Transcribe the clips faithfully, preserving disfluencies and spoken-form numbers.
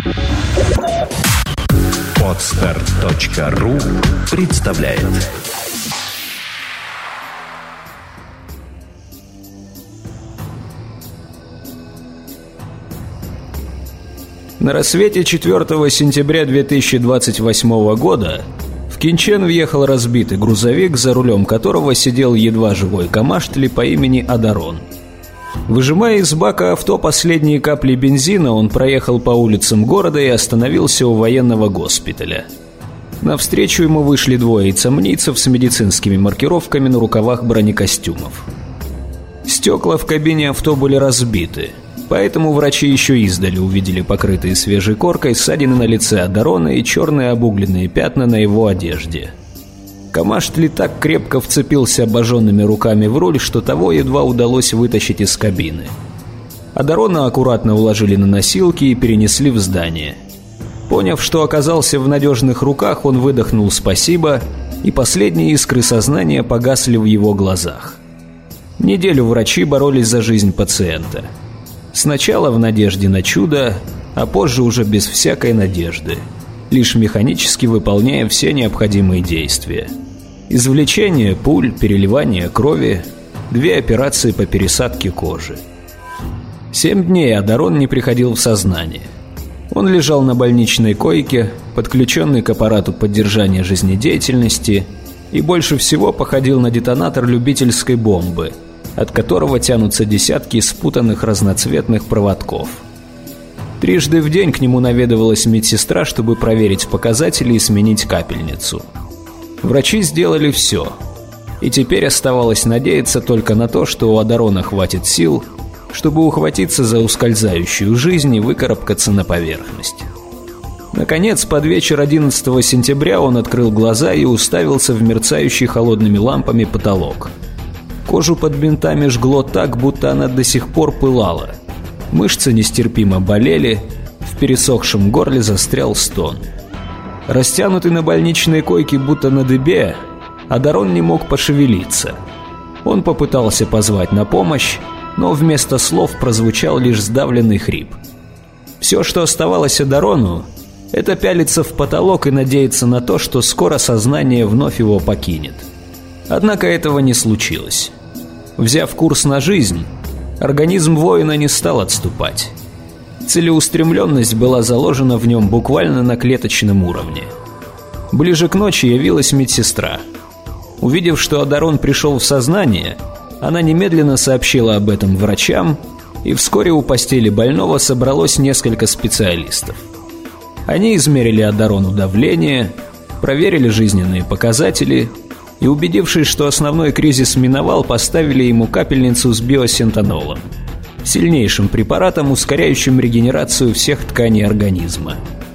Подстер точка ру представляет. На рассвете четвёртого сентября две тысячи двадцать восьмого года в Кинчен въехал разбитый грузовик, за рулем которого сидел едва живой камаштли по имени Адарон. Выжимая из бака авто последние капли бензина, он проехал по улицам города и остановился у военного госпиталя. Навстречу ему вышли двое цамнийцев с медицинскими маркировками на рукавах бронекостюмов. Стекла в кабине авто были разбиты, поэтому врачи еще издали увидели покрытые свежей коркой ссадины на лице Адарона и черные обугленные пятна на его одежде. Камаштли так крепко вцепился обожженными руками в руль, что того едва удалось вытащить из кабины. Адарона аккуратно уложили на носилки и перенесли в здание. Поняв, что оказался в надежных руках, он выдохнул «спасибо», и последние искры сознания погасли в его глазах. Неделю врачи боролись за жизнь пациента. Сначала в надежде на чудо, а позже уже без всякой надежды, лишь механически выполняя все необходимые действия. Извлечение пуль, переливание крови, две операции по пересадке кожи. Семь дней Адарон не приходил в сознание. Он лежал на больничной койке, подключенный к аппарату поддержания жизнедеятельности, и больше всего походил на детонатор любительской бомбы, от которого тянутся десятки спутанных разноцветных проводков. Трижды в день к нему наведывалась медсестра, чтобы проверить показатели и сменить капельницу. Врачи сделали все, и теперь оставалось надеяться только на то, что у Адарона хватит сил, чтобы ухватиться за ускользающую жизнь и выкарабкаться на поверхность. Наконец, под вечер одиннадцатого сентября он открыл глаза и уставился в мерцающий холодными лампами потолок. Кожу под бинтами жгло так, будто она до сих пор пылала. Мышцы нестерпимо болели, в пересохшем горле застрял стон. Растянутый на больничной койке, будто на дыбе, Адарон не мог пошевелиться. Он попытался позвать на помощь, но вместо слов прозвучал лишь сдавленный хрип. Все, что оставалось Адарону, это пялиться в потолок и надеяться на то, что скоро сознание вновь его покинет. Однако этого не случилось. Взяв курс на жизнь, организм воина не стал отступать. Целеустремленность была заложена в нем буквально на клеточном уровне. Ближе к ночи явилась медсестра. Увидев, что Адарон пришел в сознание, она немедленно сообщила об этом врачам, и вскоре у постели больного собралось несколько специалистов. Они измерили Адарону давление, проверили жизненные показатели и, убедившись, что основной кризис миновал, поставили ему капельницу с биосинтанолом, сильнейшим препаратом, ускоряющим регенерацию всех тканей организма.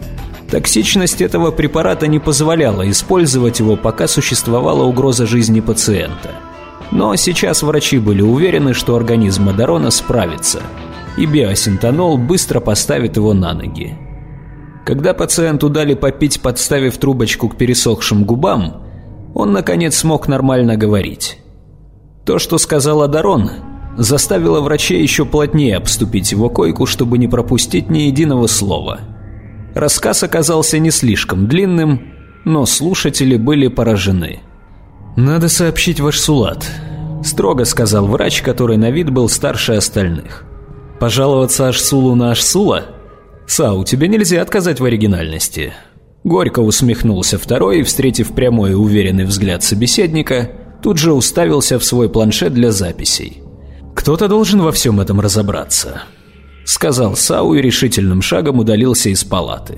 Токсичность этого препарата не позволяла использовать его, пока существовала угроза жизни пациента. Но сейчас врачи были уверены, что организм Адарона справится, и биосинтанол быстро поставит его на ноги. Когда пациенту дали попить, подставив трубочку к пересохшим губам, он, наконец, смог нормально говорить. То, что сказал Адарон, заставило врачей еще плотнее обступить его койку, чтобы не пропустить ни единого слова. Рассказ оказался не слишком длинным, но слушатели были поражены. «Надо сообщить в Ашсулат», — строго сказал врач, который на вид был старше остальных. «Пожаловаться Ашсулу на Ашсула? Сау, тебе нельзя отказать в оригинальности». Горько усмехнулся второй и, встретив прямой и уверенный взгляд собеседника, тут же уставился в свой планшет для записей. «Кто-то должен во всем этом разобраться», — сказал Сау и решительным шагом удалился из палаты.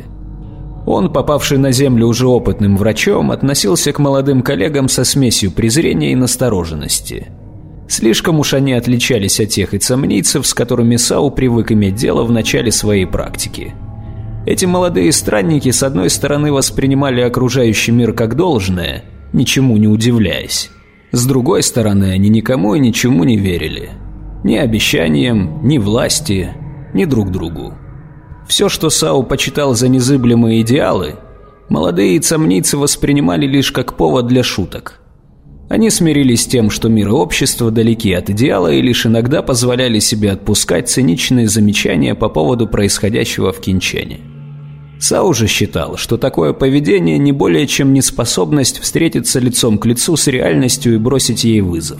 Он, попавший на землю уже опытным врачом, относился к молодым коллегам со смесью презрения и настороженности. Слишком уж они отличались от тех ицамнийцев, с которыми Сау привык иметь дело в начале своей практики. Эти молодые странники, с одной стороны, воспринимали окружающий мир как должное, ничему не удивляясь. С другой стороны, они никому и ничему не верили. Ни обещаниям, ни власти, ни друг другу. Все, что Сау почитал за незыблемые идеалы, молодые ицамнийцы воспринимали лишь как повод для шуток. Они смирились с тем, что мир и общество далеки от идеала, и лишь иногда позволяли себе отпускать циничные замечания по поводу происходящего в Кинчене. Сау же считал, что такое поведение не более чем неспособность встретиться лицом к лицу с реальностью и бросить ей вызов.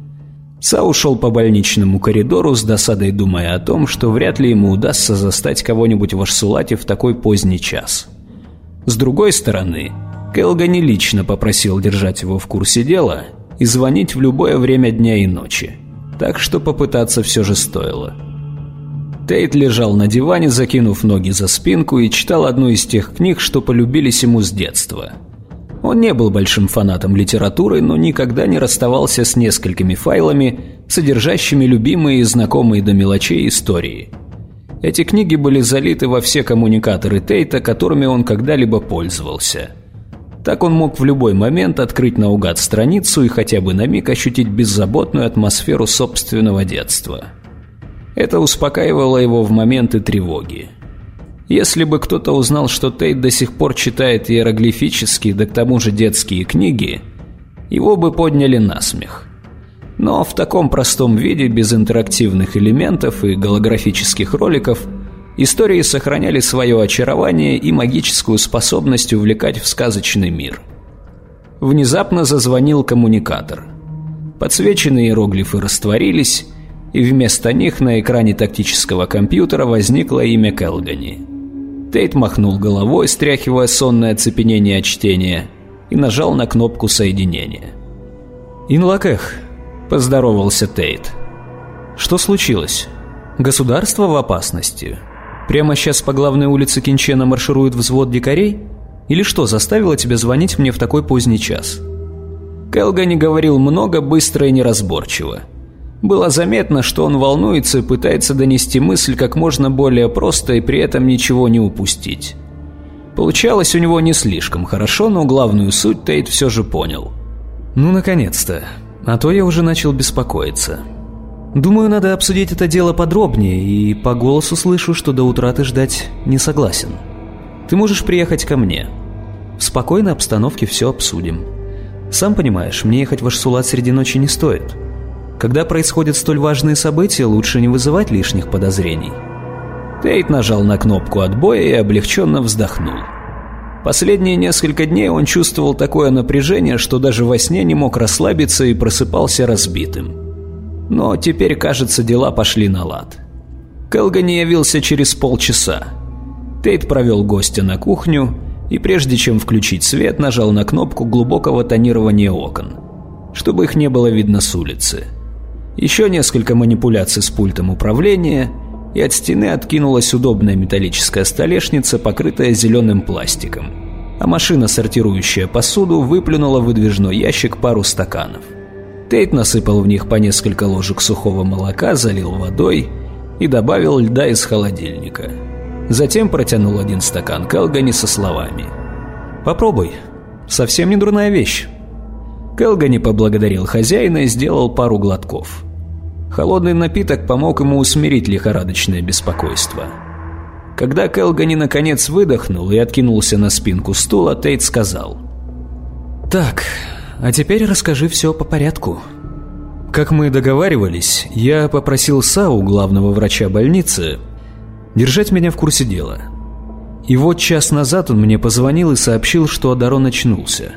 Сау шел по больничному коридору с досадой, думая о том, что вряд ли ему удастся застать кого-нибудь в Ашсулате в такой поздний час. С другой стороны, Келгани лично попросил держать его в курсе дела и звонить в любое время дня и ночи, так что попытаться все же стоило. Тейт лежал на диване, закинув ноги за спинку, и читал одну из тех книг, что полюбились ему с детства. Он не был большим фанатом литературы, но никогда не расставался с несколькими файлами, содержащими любимые и знакомые до мелочей истории. Эти книги были залиты во все коммуникаторы Тейта, которыми он когда-либо пользовался. Так он мог в любой момент открыть наугад страницу и хотя бы на миг ощутить беззаботную атмосферу собственного детства. Это успокаивало его в моменты тревоги. Если бы кто-то узнал, что Тейт до сих пор читает иероглифические, да к тому же детские книги, его бы подняли на смех. Но в таком простом виде, без интерактивных элементов и голографических роликов, истории сохраняли свое очарование и магическую способность увлекать в сказочный мир. Внезапно зазвонил коммуникатор. Подсвеченные иероглифы растворились, и вместо них на экране тактического компьютера возникло имя Келгани. Тейт махнул головой, стряхивая сонное оцепенение от чтения, и нажал на кнопку соединения. «Инлакех», — поздоровался Тейт. «Что случилось? Государство в опасности? Прямо сейчас по главной улице Кинчена марширует взвод дикарей? Или что заставило тебя звонить мне в такой поздний час?» Келгани говорил много, быстро и неразборчиво. Было заметно, что он волнуется и пытается донести мысль как можно более просто и при этом ничего не упустить. Получалось у него не слишком хорошо, но главную суть Тейт все же понял. «Ну, наконец-то. А то я уже начал беспокоиться. Думаю, надо обсудить это дело подробнее, и по голосу слышу, что до утра ты ждать не согласен. Ты можешь приехать ко мне. В спокойной обстановке все обсудим. Сам понимаешь, мне ехать в Ашсулат среди ночи не стоит. Когда происходят столь важные события, лучше не вызывать лишних подозрений». Тейт нажал на кнопку отбоя и облегченно вздохнул. Последние несколько дней он чувствовал такое напряжение, что даже во сне не мог расслабиться и просыпался разбитым. Но теперь, кажется, дела пошли на лад. Келгани явился через полчаса. Тейт провел гостя на кухню и, прежде чем включить свет, нажал на кнопку глубокого тонирования окон, чтобы их не было видно с улицы. Еще несколько манипуляций с пультом управления, и от стены откинулась удобная металлическая столешница, покрытая зеленым пластиком, а машина, сортирующая посуду, выплюнула в выдвижной ящик пару стаканов. Тейт насыпал в них по несколько ложек сухого молока, залил водой и добавил льда из холодильника. Затем протянул один стакан Келгани со словами: «Попробуй, совсем не дурная вещь». Келгани поблагодарил хозяина и сделал пару глотков. Холодный напиток помог ему усмирить лихорадочное беспокойство. Когда Келгани наконец выдохнул и откинулся на спинку стула, Тейт сказал: «Так, а теперь расскажи все по порядку. Как мы договаривались, я попросил Сау, главного врача больницы, держать меня в курсе дела. И вот час назад он мне позвонил и сообщил, что Адарон очнулся.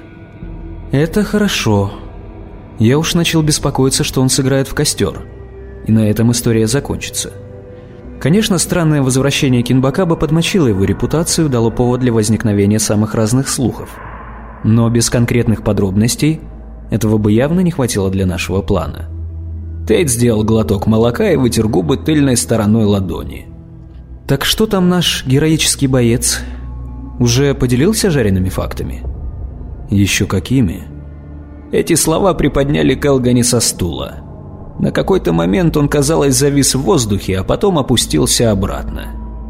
Это хорошо. Я уж начал беспокоиться, что он сыграет в костер, и на этом история закончится. Конечно, странное возвращение Кинбакаба подмочило его репутацию, дало повод для возникновения самых разных слухов. Но без конкретных подробностей этого бы явно не хватило для нашего плана». Тейт сделал глоток молока и вытер губы тыльной стороной ладони. «Так что там наш героический боец? Уже поделился жареными фактами?» «Еще какими?» Эти слова приподняли Келгани со стула. На какой-то момент он, казалось, завис в воздухе, а потом опустился обратно.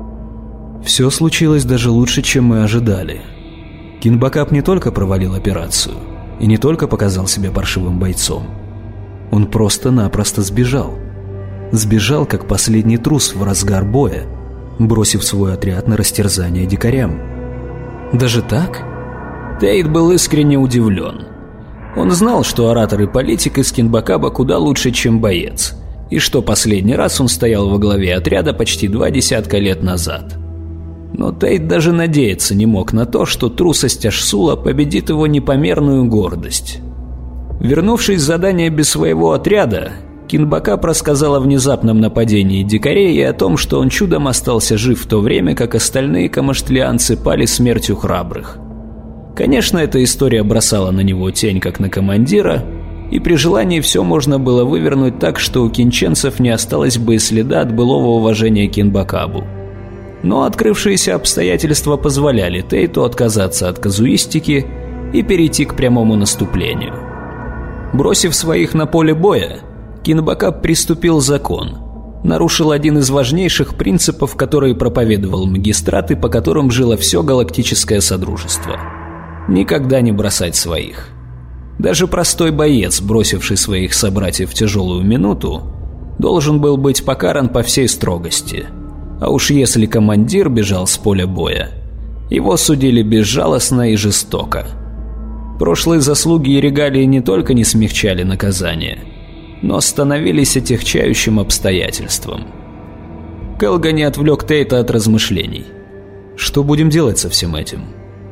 «Все случилось даже лучше, чем мы ожидали. Кинбакаб не только провалил операцию и не только показал себя паршивым бойцом. Он просто-напросто сбежал. Сбежал, как последний трус в разгар боя, бросив свой отряд на растерзание дикарям. Даже так?» Тейт был искренне удивлен. Он знал, что оратор и политик из Кинбакаба куда лучше, чем боец, и что последний раз он стоял во главе отряда почти два десятка лет назад. Но Тейт даже надеяться не мог на то, что трусость Ашсула победит его непомерную гордость. Вернувшись с задания без своего отряда, Кинбакаб рассказал о внезапном нападении дикарей и о том, что он чудом остался жив в то время, как остальные камаштлианцы пали смертью храбрых. Конечно, эта история бросала на него тень, как на командира, и при желании все можно было вывернуть так, что у кинченцев не осталось бы и следа от былого уважения к Кинбакабу. Но открывшиеся обстоятельства позволяли Тейту отказаться от казуистики и перейти к прямому наступлению. Бросив своих на поле боя, Кинбакаб приступил закон, нарушил один из важнейших принципов, которые проповедовал магистрат и по которым жило все галактическое содружество – никогда не бросать своих. Даже простой боец, бросивший своих собратьев в тяжелую минуту, должен был быть покаран по всей строгости. А уж если командир бежал с поля боя, его судили безжалостно и жестоко. Прошлые заслуги и регалии не только не смягчали наказание, но становились отягчающим обстоятельством. Келгани отвлек Тейта от размышлений. «Что будем делать со всем этим?»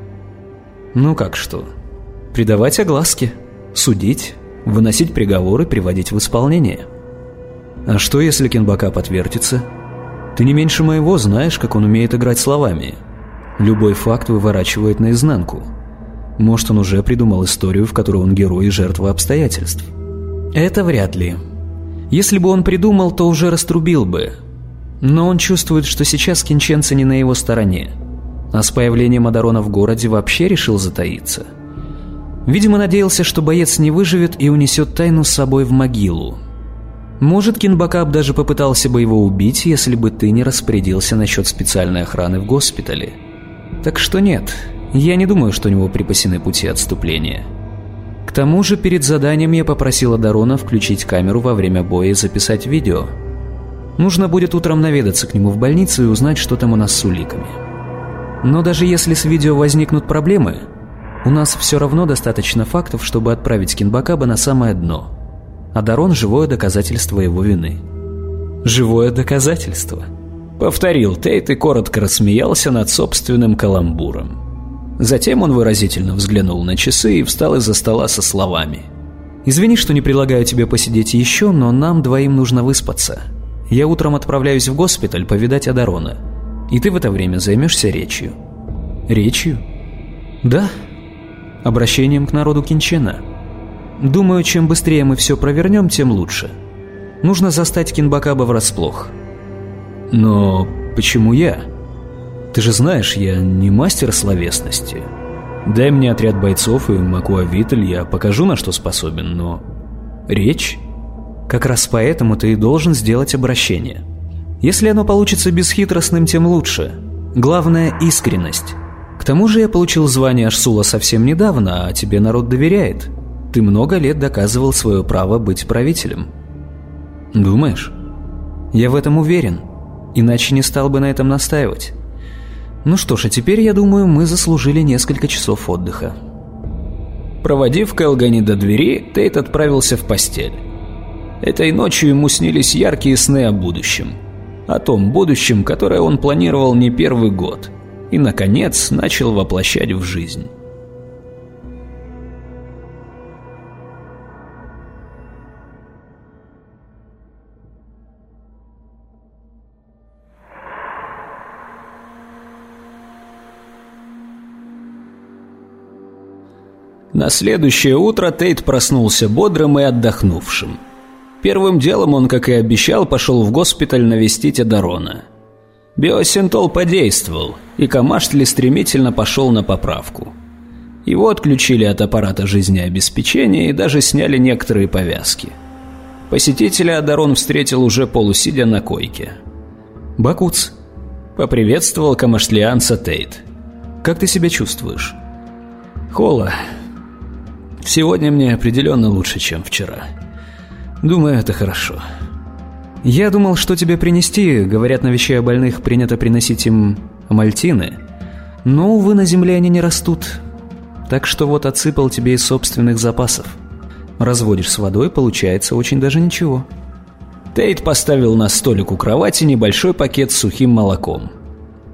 «Ну как что? Придавать огласке, судить, выносить приговоры, приводить в исполнение. А что, если Кинбакаб отвертится? Ты не меньше моего знаешь, как он умеет играть словами. Любой факт выворачивает наизнанку. Может, он уже придумал историю, в которой он герой и жертва обстоятельств?» «Это вряд ли. Если бы он придумал, то уже раструбил бы. Но он чувствует, что сейчас кинченцы не на его стороне. А с появлением Адарона в городе вообще решил затаиться. Видимо, надеялся, что боец не выживет и унесет тайну с собой в могилу. Может, Кинбакаб даже попытался бы его убить, если бы ты не распорядился насчет специальной охраны в госпитале. Так что нет, я не думаю, что у него припасены пути отступления. К тому же, перед заданием я попросил Адарона включить камеру во время боя и записать видео. Нужно будет утром наведаться к нему в больницу и узнать, что там у нас с уликами. Но даже если с видео возникнут проблемы, у нас все равно достаточно фактов, чтобы отправить Кинбакаба на самое дно. Адарон – живое доказательство его вины». «Живое доказательство», – повторил Тейт и коротко рассмеялся над собственным каламбуром. Затем он выразительно взглянул на часы и встал из-за стола со словами: «Извини, что не предлагаю тебе посидеть еще, но нам двоим нужно выспаться. Я утром отправляюсь в госпиталь повидать Адарона, и ты в это время займешься речью». «Речью?» «Да, обращением к народу Кинчена. Думаю, чем быстрее мы все провернем, тем лучше. Нужно застать Кинбакаба врасплох». «Но почему я? Ты же знаешь, я не мастер словесности. Дай мне отряд бойцов и Макуавитль, я покажу, на что способен, но... речь? Как раз поэтому ты и должен сделать обращение. Если оно получится бесхитростным, тем лучше. Главное – искренность. К тому же я получил звание Ашсула совсем недавно, а тебе народ доверяет. Ты много лет доказывал свое право быть правителем». «Думаешь?» «Я в этом уверен, иначе не стал бы на этом настаивать. Ну что ж, а теперь, я думаю, мы заслужили несколько часов отдыха». Проводив Келгани до двери, Тейт отправился в постель. Этой ночью ему снились яркие сны о будущем. О том будущем, которое он планировал не первый год. И, наконец, начал воплощать в жизнь. На следующее утро Тейт проснулся бодрым и отдохнувшим. Первым делом он, как и обещал, пошел в госпиталь навестить Адарона. Биосинтол подействовал, и Камаштли стремительно пошел на поправку. Его отключили от аппарата жизнеобеспечения и даже сняли некоторые повязки. Посетителя Адарон встретил уже полусидя на койке. «Бакуц», — поприветствовал камаштлианца Тейт. «Как ты себя чувствуешь?» «Хола. Сегодня мне определенно лучше, чем вчера. Думаю, это хорошо. Я думал, что тебе принести. Говорят, на вещи о больных принято приносить им мальтины. Но, увы, на земле они не растут. Так что вот отсыпал тебе из собственных запасов. Разводишь с водой, получается очень даже ничего». Тейт поставил на столик у кровати небольшой пакет с сухим молоком.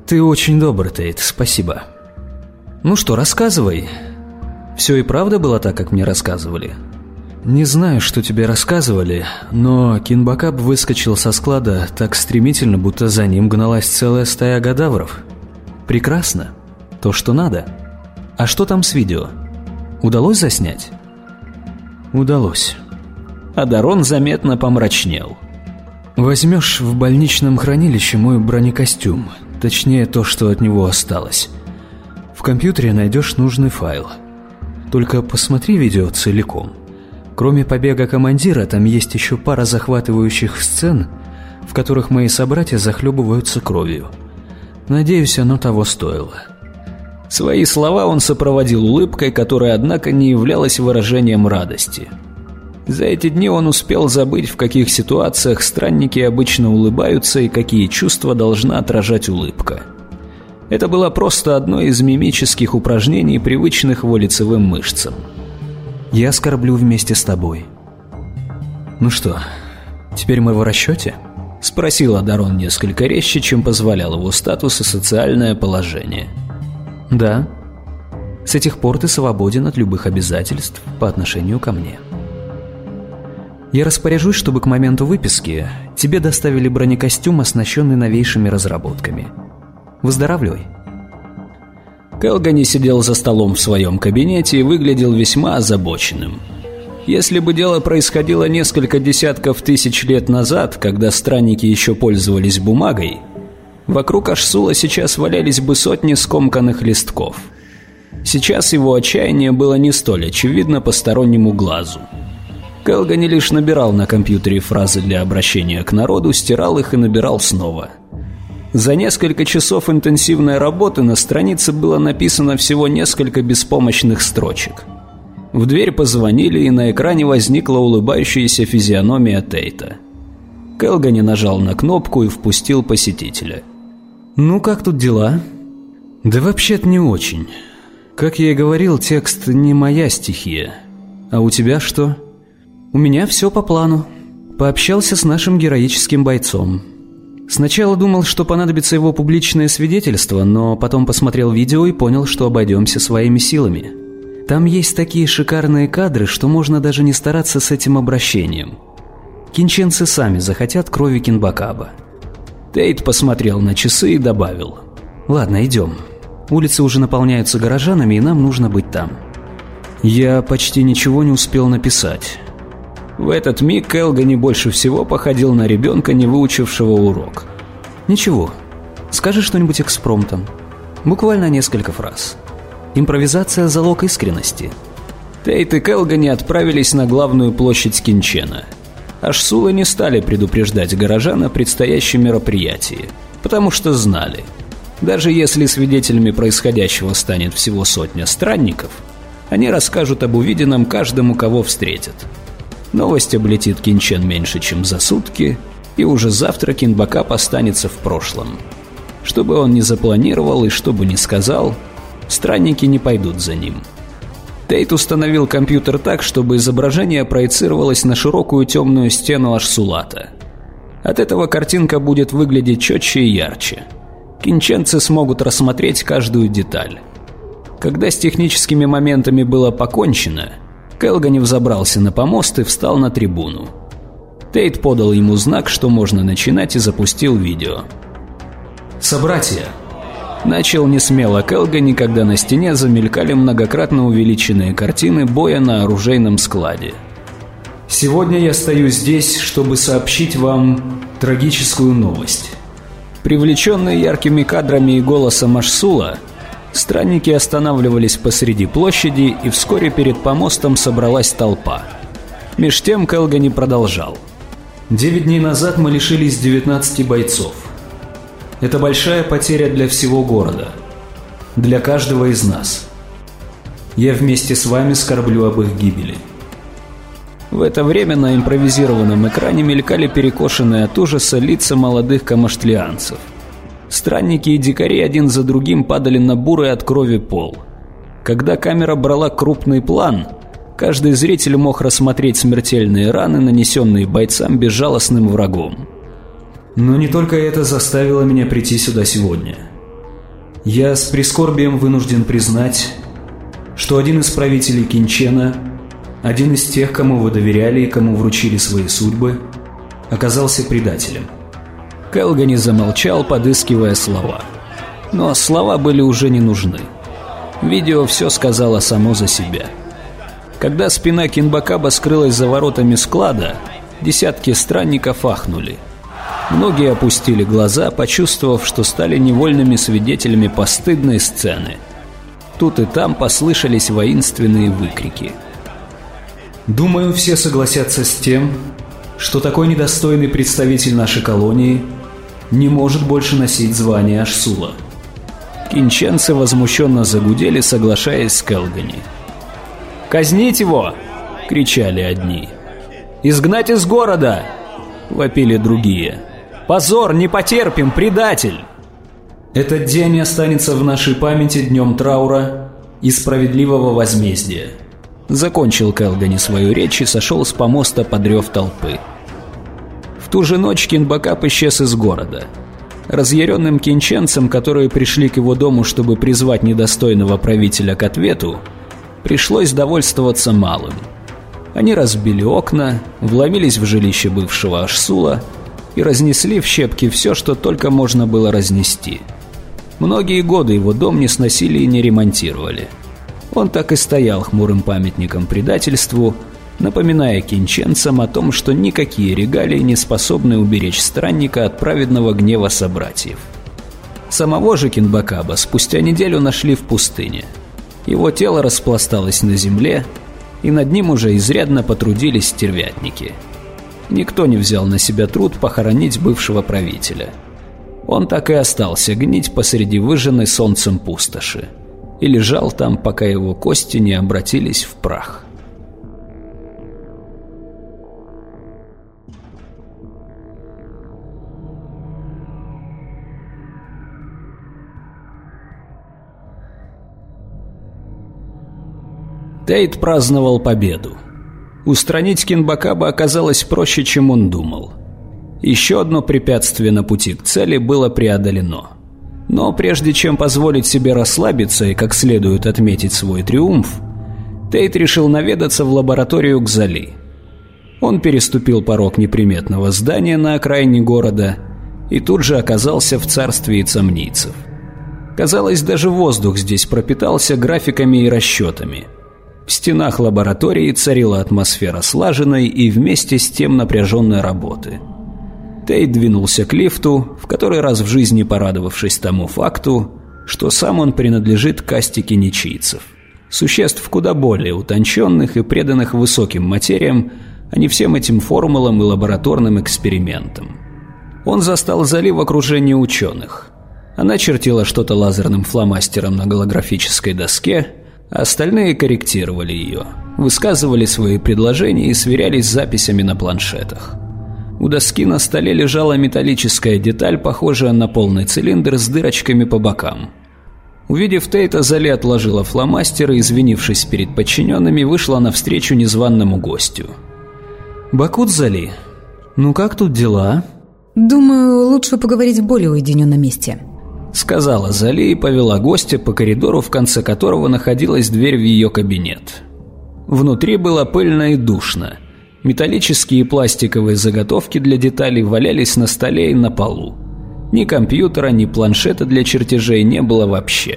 Ты очень добр, Тейт, спасибо. Ну что, рассказывай. Все и правда было так, как мне рассказывали? Не знаю, что тебе рассказывали, но Кинбакаб выскочил со склада так стремительно, будто за ним гналась целая стая гадавров. Прекрасно. То, что надо. А что там с видео? Удалось заснять? Удалось. А Дарон заметно помрачнел. Возьмешь в больничном хранилище мой бронекостюм, точнее то, что от него осталось. В компьютере найдешь нужный файл. Только посмотри видео целиком. Кроме побега командира, там есть еще пара захватывающих сцен, в которых мои собратья захлебываются кровью. Надеюсь, оно того стоило. Свои слова он сопроводил улыбкой, которая, однако, не являлась выражением радости. За эти дни он успел забыть, в каких ситуациях странники обычно улыбаются и какие чувства должна отражать улыбка. Это было просто одно из мимических упражнений, привычных его лицевым мышцам. «Я скорблю вместе с тобой». «Ну что, теперь мы в расчете?» – спросил Дарон несколько резче, чем позволял его статус и социальное положение. «Да. С этих пор ты свободен от любых обязательств по отношению ко мне. Я распоряжусь, чтобы к моменту выписки тебе доставили бронекостюм, оснащенный новейшими разработками. Выздоравливай». Келгани сидел за столом в своем кабинете и выглядел весьма озабоченным. Если бы дело происходило несколько десятков тысяч лет назад, когда странники еще пользовались бумагой, вокруг Ашсула сейчас валялись бы сотни скомканных листков. Сейчас его отчаяние было не столь очевидно постороннему глазу. Келгани лишь набирал на компьютере фразы для обращения к народу, стирал их и набирал снова. За несколько часов интенсивной работы на странице было написано всего несколько беспомощных строчек. В дверь позвонили, и на экране возникла улыбающаяся физиономия Тейта. Келгани нажал на кнопку и впустил посетителя. «Ну, как тут дела?» «Да вообще-то не очень. Как я и говорил, текст не моя стихия. А у тебя что?» «У меня все по плану. Пообщался с нашим героическим бойцом. Сначала думал, что понадобится его публичное свидетельство, но потом посмотрел видео и понял, что обойдемся своими силами. Там есть такие шикарные кадры, что можно даже не стараться с этим обращением. Кинченцы сами захотят крови Кинбакаба». Тейт посмотрел на часы и добавил: «Ладно, идем. Улицы уже наполняются горожанами, и нам нужно быть там». Я почти ничего не успел написать. В этот миг Келгани больше всего походил на ребенка, не выучившего урок. «Ничего. Скажи что-нибудь экспромтом. Буквально несколько фраз. Импровизация – залог искренности». Тейт и Келгани отправились на главную площадь Кинчена. Ашсулы не стали предупреждать горожан о предстоящем мероприятии, потому что знали. Даже если свидетелями происходящего станет всего сотня странников, они расскажут об увиденном каждому, кого встретят. Новость облетит Кинчен меньше, чем за сутки, и уже завтра Кинбакаб останется в прошлом. Что бы он ни запланировал и что бы ни сказал, странники не пойдут за ним. Тейт установил компьютер так, чтобы изображение проецировалось на широкую темную стену Ашсулата. От этого картинка будет выглядеть четче и ярче. Кинченцы смогут рассмотреть каждую деталь. Когда с техническими моментами было покончено, Келгани взобрался на помост и встал на трибуну. Тейт подал ему знак, что можно начинать, и запустил видео. «Собратья!» Начал несмело Келгани, когда на стене замелькали многократно увеличенные картины боя на оружейном складе. «Сегодня я стою здесь, чтобы сообщить вам трагическую новость». Привлеченные яркими кадрами и голосом Ашсула, странники останавливались посреди площади, и вскоре перед помостом собралась толпа. Меж тем Келгани продолжал. «Девять дней назад мы лишились девятнадцати бойцов. Это большая потеря для всего города, для каждого из нас. Я вместе с вами скорблю об их гибели». В это время на импровизированном экране мелькали перекошенные от ужаса лица молодых камаштлианцев. Странники и дикари один за другим падали на бурый от крови пол. Когда камера брала крупный план, каждый зритель мог рассмотреть смертельные раны, нанесенные бойцам безжалостным врагом. Но не только это заставило меня прийти сюда сегодня. Я с прискорбием вынужден признать, что один из правителей Кинчена, один из тех, кому вы доверяли и кому вручили свои судьбы, оказался предателем. Келгани замолчал, подыскивая слова. Но слова были уже не нужны. Видео все сказало само за себя. Когда спина Кинбакаба скрылась за воротами склада, десятки странников ахнули. Многие опустили глаза, почувствовав, что стали невольными свидетелями постыдной сцены. Тут и там послышались воинственные выкрики. Думаю, все согласятся с тем, что такой недостойный представитель нашей колонии не может больше носить звание Ашсула. Кинченцы возмущенно загудели, соглашаясь с Келгани. «Казнить его!» — кричали одни. «Изгнать из города!» — вопили другие. «Позор! Не потерпим! Предатель!» Этот день останется в нашей памяти днем траура и справедливого возмездия. Закончил Келгани свою речь и сошел с помоста под рев толпы. В ту же ночь Кинбакаб исчез из города. Разъяренным кинченцам, которые пришли к его дому, чтобы призвать недостойного правителя к ответу, пришлось довольствоваться малым. Они разбили окна, вломились в жилище бывшего Ашсула и разнесли в щепки все, что только можно было разнести. Многие годы его дом не сносили и не ремонтировали. Он так и стоял хмурым памятником предательству, напоминая кинченцам о том, что никакие регалии не способны уберечь странника от праведного гнева собратьев. Самого же Кинбакаба спустя неделю нашли в пустыне. Его тело распласталось на земле, и над ним уже изрядно потрудились стервятники. Никто не взял на себя труд похоронить бывшего правителя. Он так и остался гнить посреди выжженной солнцем пустоши и лежал там, пока его кости не обратились в прах. Тейт праздновал победу. Устранить Кинбакаба оказалось проще, чем он думал. Еще одно препятствие на пути к цели было преодолено. Но прежде чем позволить себе расслабиться и как следует отметить свой триумф, Тейт решил наведаться в лабораторию к Зали. Он переступил порог неприметного здания на окраине города и тут же оказался в царстве ицамнийцев. Казалось, даже воздух здесь пропитался графиками и расчетами. В стенах лаборатории царила атмосфера слаженной и вместе с тем напряженной работы. Тейт двинулся к лифту, в который раз в жизни порадовавшись тому факту, что сам он принадлежит к касте киничийцев. Существ куда более утонченных и преданных высоким материям, а не всем этим формулам и лабораторным экспериментам. Он застал Зали в окружении ученых. Она чертила что-то лазерным фломастером на голографической доске, а остальные корректировали ее, высказывали свои предложения и сверялись с записями на планшетах. У доски на столе лежала металлическая деталь, похожая на полный цилиндр с дырочками по бокам. Увидев Тейта, Зали отложила фломастер и, извинившись перед подчиненными, вышла навстречу незваному гостю. «Бакут, Зали, ну как тут дела?» «Думаю, лучше поговорить в более уединенном месте», — сказала Зали и повела гостя по коридору, в конце которого находилась дверь в ее кабинет. Внутри было пыльно и душно. Металлические и пластиковые заготовки для деталей валялись на столе и на полу. Ни компьютера, ни планшета для чертежей не было вообще.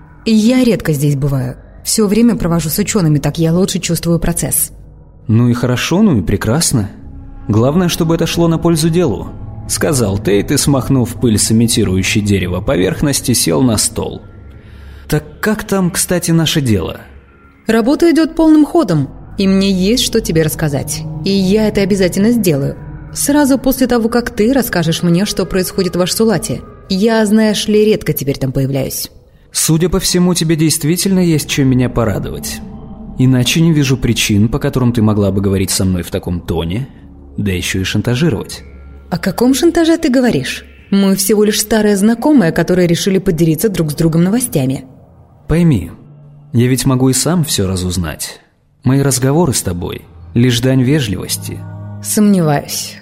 «Я редко здесь бываю. Все время провожу с учеными, так я лучше чувствую процесс». «Ну и хорошо, ну и прекрасно. Главное, чтобы это шло на пользу делу», — сказал Тейт и, смахнув пыль с имитирующей дерево поверхности, сел на стол. «Так как там, кстати, наше дело?» «Работа идет полным ходом. И мне есть что тебе рассказать. И я это обязательно сделаю. Сразу после того, как ты расскажешь мне, что происходит в Ашсулате. Я, знаешь ли, редко теперь там появляюсь». «Судя по всему, тебе действительно есть чем меня порадовать. Иначе не вижу причин, по которым ты могла бы говорить со мной в таком тоне, да еще и шантажировать». «О каком шантаже ты говоришь? Мы всего лишь старые знакомые, которые решили поделиться друг с другом новостями». «Пойми, я ведь могу и сам все разузнать. Мои разговоры с тобой – лишь дань вежливости». «Сомневаюсь.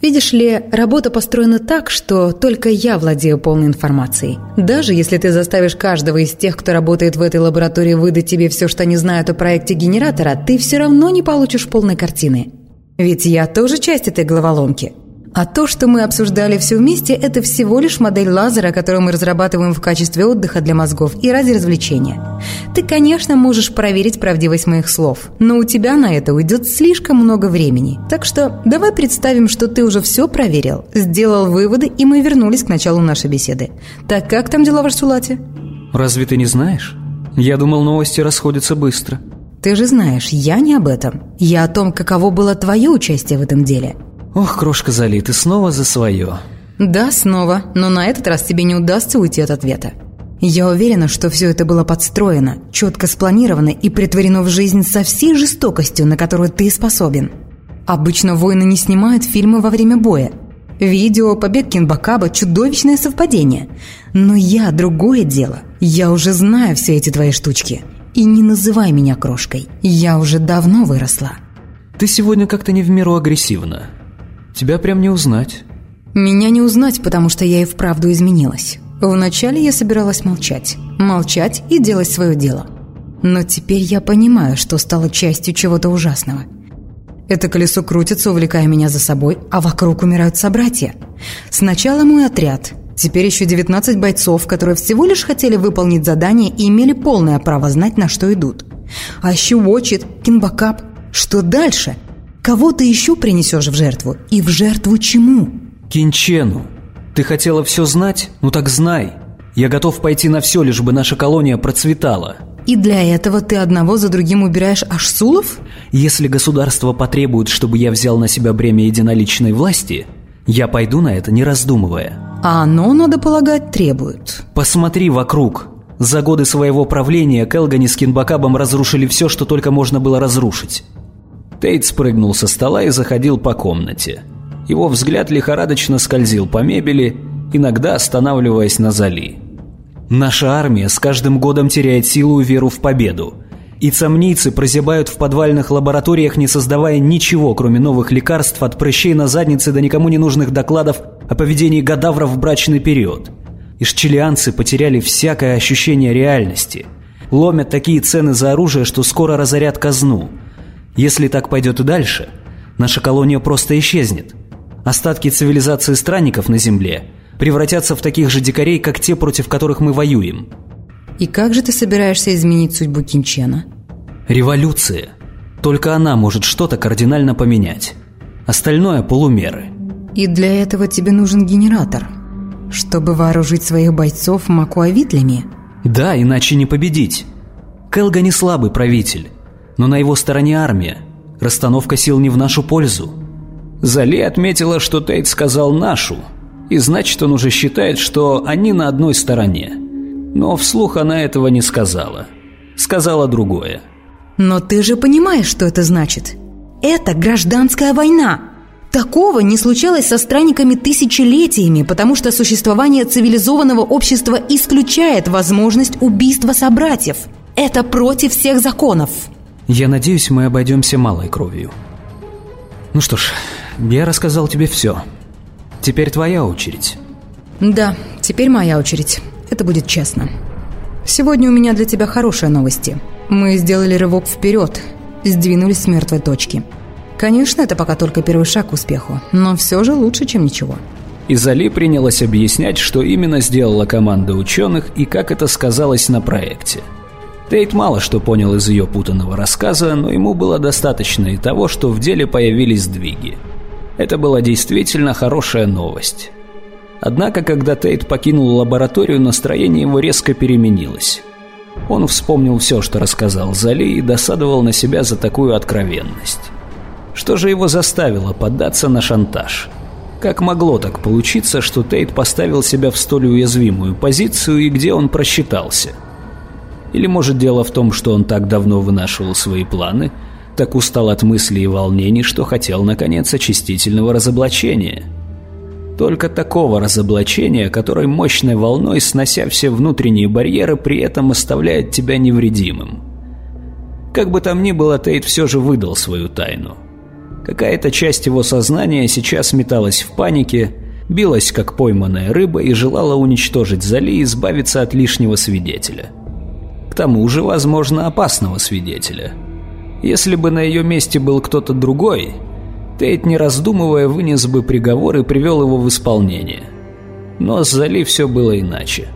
Видишь ли, работа построена так, что только я владею полной информацией. Даже если ты заставишь каждого из тех, кто работает в этой лаборатории, выдать тебе все, что они знают о проекте генератора, ты все равно не получишь полной картины. Ведь я тоже часть этой головоломки. А то, что мы обсуждали все вместе, это всего лишь модель лазера, которую мы разрабатываем в качестве отдыха для мозгов и ради развлечения. Ты, конечно, можешь проверить правдивость моих слов, но у тебя на это уйдет слишком много времени. Так что давай представим, что ты уже все проверил, сделал выводы, и мы вернулись к началу нашей беседы. Так как там дела в Арсулате? Разве ты не знаешь? Я думал, новости расходятся быстро. Ты же знаешь, я не об этом. Я о том, каково было твое участие в этом деле. Ох, крошка Зали, ты снова за свое. Да, снова, но на этот раз тебе не удастся уйти от ответа. Я уверена, что все это было подстроено, четко спланировано и претворено в жизнь со всей жестокостью, на которую ты способен. Обычно воины не снимают фильмы во время боя. Видео, побег Кинбакаба – чудовищное совпадение. Но я – другое дело. Я уже знаю все эти твои штучки. И не называй меня крошкой. Я уже давно выросла. Ты сегодня как-то не в меру агрессивна. Тебя прям не узнать. Меня не узнать, потому что я и вправду изменилась. Вначале я собиралась молчать. Молчать и делать свое дело. Но теперь я понимаю, что стала частью чего-то ужасного. Это колесо крутится, увлекая меня за собой, а вокруг умирают собратья. Сначала мой отряд, теперь еще девятнадцать бойцов, которые всего лишь хотели выполнить задание и имели полное право знать, на что идут. А еще Уотчит, Кинбакаб. Что дальше? Кого ты еще принесешь в жертву? И в жертву чему? Кинчену. Ты хотела все знать? Ну так знай. Я готов пойти на все, лишь бы наша колония процветала. И для этого ты одного за другим убираешь ашсулов? Если государство потребует, чтобы я взял на себя бремя единоличной власти, я пойду на это, не раздумывая. А оно, надо полагать, требует. Посмотри вокруг. За годы своего правления Келгани с Кинбакабом разрушили все, что только можно было разрушить. Тейт спрыгнул со стола и заходил по комнате. Его взгляд лихорадочно скользил по мебели, иногда останавливаясь на Зали. Наша армия с каждым годом теряет силу и веру в победу. И цамнийцы прозябают в подвальных лабораториях, не создавая ничего, кроме новых лекарств от прыщей на заднице до никому не нужных докладов о поведении гадавров в брачный период. Ишчелианцы потеряли всякое ощущение реальности. Ломят такие цены за оружие, что скоро разорят казну. Если так пойдет и дальше, наша колония просто исчезнет. Остатки цивилизации странников на Земле превратятся в таких же дикарей, как те, против которых мы воюем. И как же ты собираешься изменить судьбу Кинчена? Революция. Только она может что-то кардинально поменять. Остальное – полумеры. И для этого тебе нужен генератор, чтобы вооружить своих бойцов макуавитлями? Да, иначе не победить. Келга не слабый правитель, но на его стороне армия. Расстановка сил не в нашу пользу. Зали отметила, что Тейт сказал «нашу», и значит, он уже считает, что они на одной стороне. Но вслух она этого не сказала. Сказала другое. Но ты же понимаешь, что это значит. Это гражданская война. Такого не случалось со странниками тысячелетиями, потому что существование цивилизованного общества исключает возможность убийства собратьев. Это против всех законов. Я надеюсь, мы обойдемся малой кровью. Ну что ж, я рассказал тебе все. Теперь твоя очередь. Да, теперь моя очередь. Это будет честно. Сегодня у меня для тебя хорошие новости. Мы сделали рывок вперед, сдвинулись с мертвой точки. Конечно, это пока только первый шаг к успеху, но все же лучше, чем ничего. И Зали принялась объяснять, что именно сделала команда ученых и как это сказалось на проекте. Тейт мало что понял из ее путанного рассказа, но ему было достаточно и того, что в деле появились сдвиги. Это была действительно хорошая новость. Однако, когда Тейт покинул лабораторию, настроение его резко переменилось. Он вспомнил все, что рассказал Зали, и досадовал на себя за такую откровенность. Что же его заставило поддаться на шантаж? Как могло так получиться, что Тейт поставил себя в столь уязвимую позицию и где он просчитался? Или, может, дело в том, что он так давно вынашивал свои планы, так устал от мыслей и волнений, что хотел, наконец, очистительного разоблачения? Только такого разоблачения, которое мощной волной, снося все внутренние барьеры, при этом оставляет тебя невредимым. Как бы там ни было, Тейт все же выдал свою тайну. Какая-то часть его сознания сейчас металась в панике, билась как пойманная рыба и желала уничтожить Зали и избавиться от лишнего свидетеля. К тому же, возможно, опасного свидетеля. Если бы на ее месте был кто-то другой, Тейт, не раздумывая, вынес бы приговор и привел его в исполнение. Но с Зали все было иначе.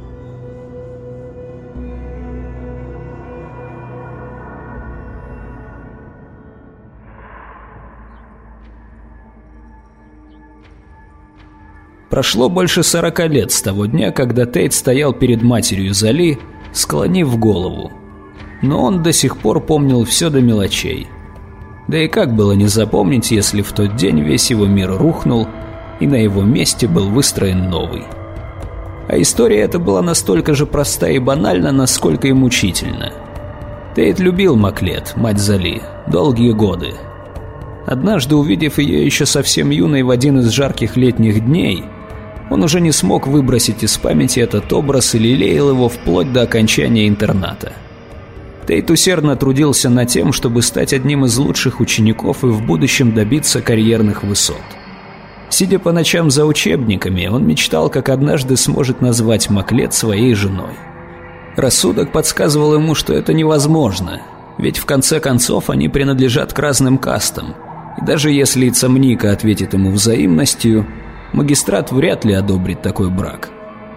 Прошло больше сорока лет с того дня, когда Тейт стоял перед матерью Зали, склонив голову. Но он до сих пор помнил все до мелочей. Да и как было не запомнить, если в тот день весь его мир рухнул, и на его месте был выстроен новый. А история эта была настолько же проста и банальна, насколько и мучительна. Тейт любил Маклет, мать Зали, долгие годы. Однажды, увидев ее еще совсем юной в один из жарких летних дней, он уже не смог выбросить из памяти этот образ и лелеял его вплоть до окончания интерната. Тейт усердно трудился над тем, чтобы стать одним из лучших учеников и в будущем добиться карьерных высот. Сидя по ночам за учебниками, он мечтал, как однажды сможет назвать Маклет своей женой. Рассудок подсказывал ему, что это невозможно, ведь в конце концов они принадлежат к разным кастам, и даже если Ицамника ответит ему взаимностью, магистрат вряд ли одобрит такой брак.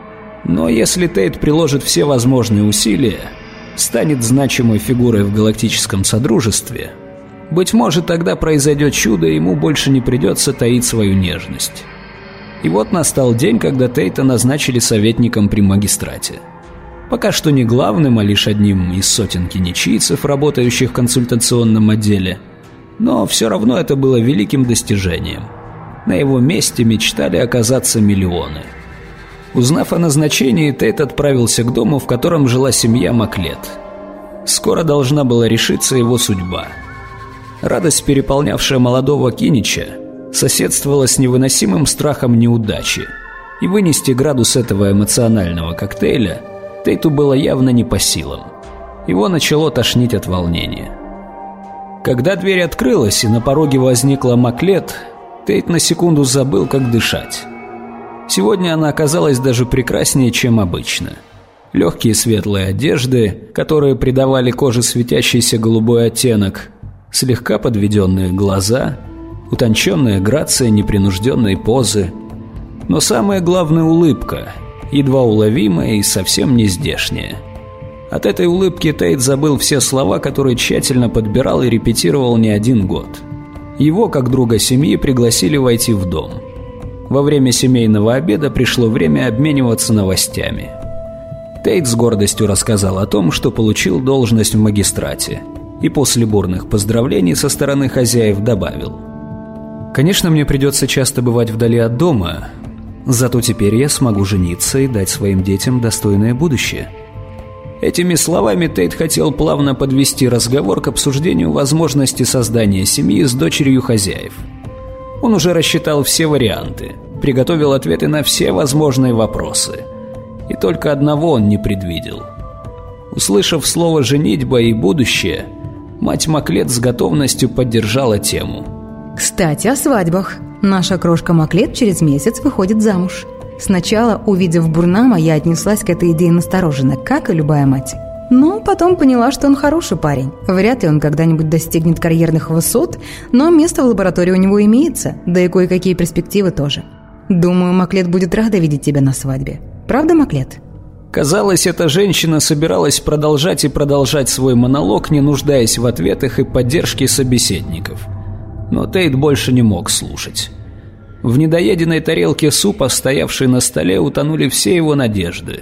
Но если Тейт приложит все возможные усилия, станет значимой фигурой в галактическом содружестве, быть может, тогда произойдет чудо, и ему больше не придется таить свою нежность. И вот настал день, когда Тейта назначили советником при магистрате. Пока что не главным, а лишь одним из сотен кеничийцев, работающих в консультационном отделе, но все равно это было великим достижением. На его месте мечтали оказаться миллионы. Узнав о назначении, Тейт отправился к дому, в котором жила семья Маклет. Скоро должна была решиться его судьба. Радость, переполнявшая молодого Кинича, соседствовала с невыносимым страхом неудачи, и вынести градус этого эмоционального коктейля Тейту было явно не по силам. Его начало тошнить от волнения. Когда дверь открылась и на пороге возникла Маклет, Тейт на секунду забыл, как дышать. Сегодня она оказалась даже прекраснее, чем обычно. Легкие светлые одежды, которые придавали коже светящийся голубой оттенок, слегка подведенные глаза, утонченная грация непринужденной позы. Но самое главное — улыбка, едва уловимая и совсем не здешняя. От этой улыбки Тейт забыл все слова, которые тщательно подбирал и репетировал не один год. Его, как друга семьи, пригласили войти в дом. Во время семейного обеда пришло время обмениваться новостями. Тейт с гордостью рассказал о том, что получил должность в магистрате, и после бурных поздравлений со стороны хозяев добавил: «Конечно, мне придется часто бывать вдали от дома, зато теперь я смогу жениться и дать своим детям достойное будущее». Этими словами Тейт хотел плавно подвести разговор к обсуждению возможности создания семьи с дочерью хозяев. Он уже рассчитал все варианты, приготовил ответы на все возможные вопросы. И только одного он не предвидел. Услышав слово «женитьба» и «будущее», мать Маклет с готовностью поддержала тему. «Кстати, о свадьбах. Наша крошка Маклет через месяц выходит замуж». Сначала, увидев Бурнама, я отнеслась к этой идее настороженно, как и любая мать. Но потом поняла, что он хороший парень. Вряд ли он когда-нибудь достигнет карьерных высот, но место в лаборатории у него имеется, да и кое-какие перспективы тоже. Думаю, Маклет будет рада видеть тебя на свадьбе. Правда, Маклет? Казалось, эта женщина собиралась продолжать и продолжать свой монолог, не нуждаясь в ответах и поддержке собеседников. Но Тейт больше не мог слушать. В недоеденной тарелке супа, стоявшей на столе, утонули все его надежды.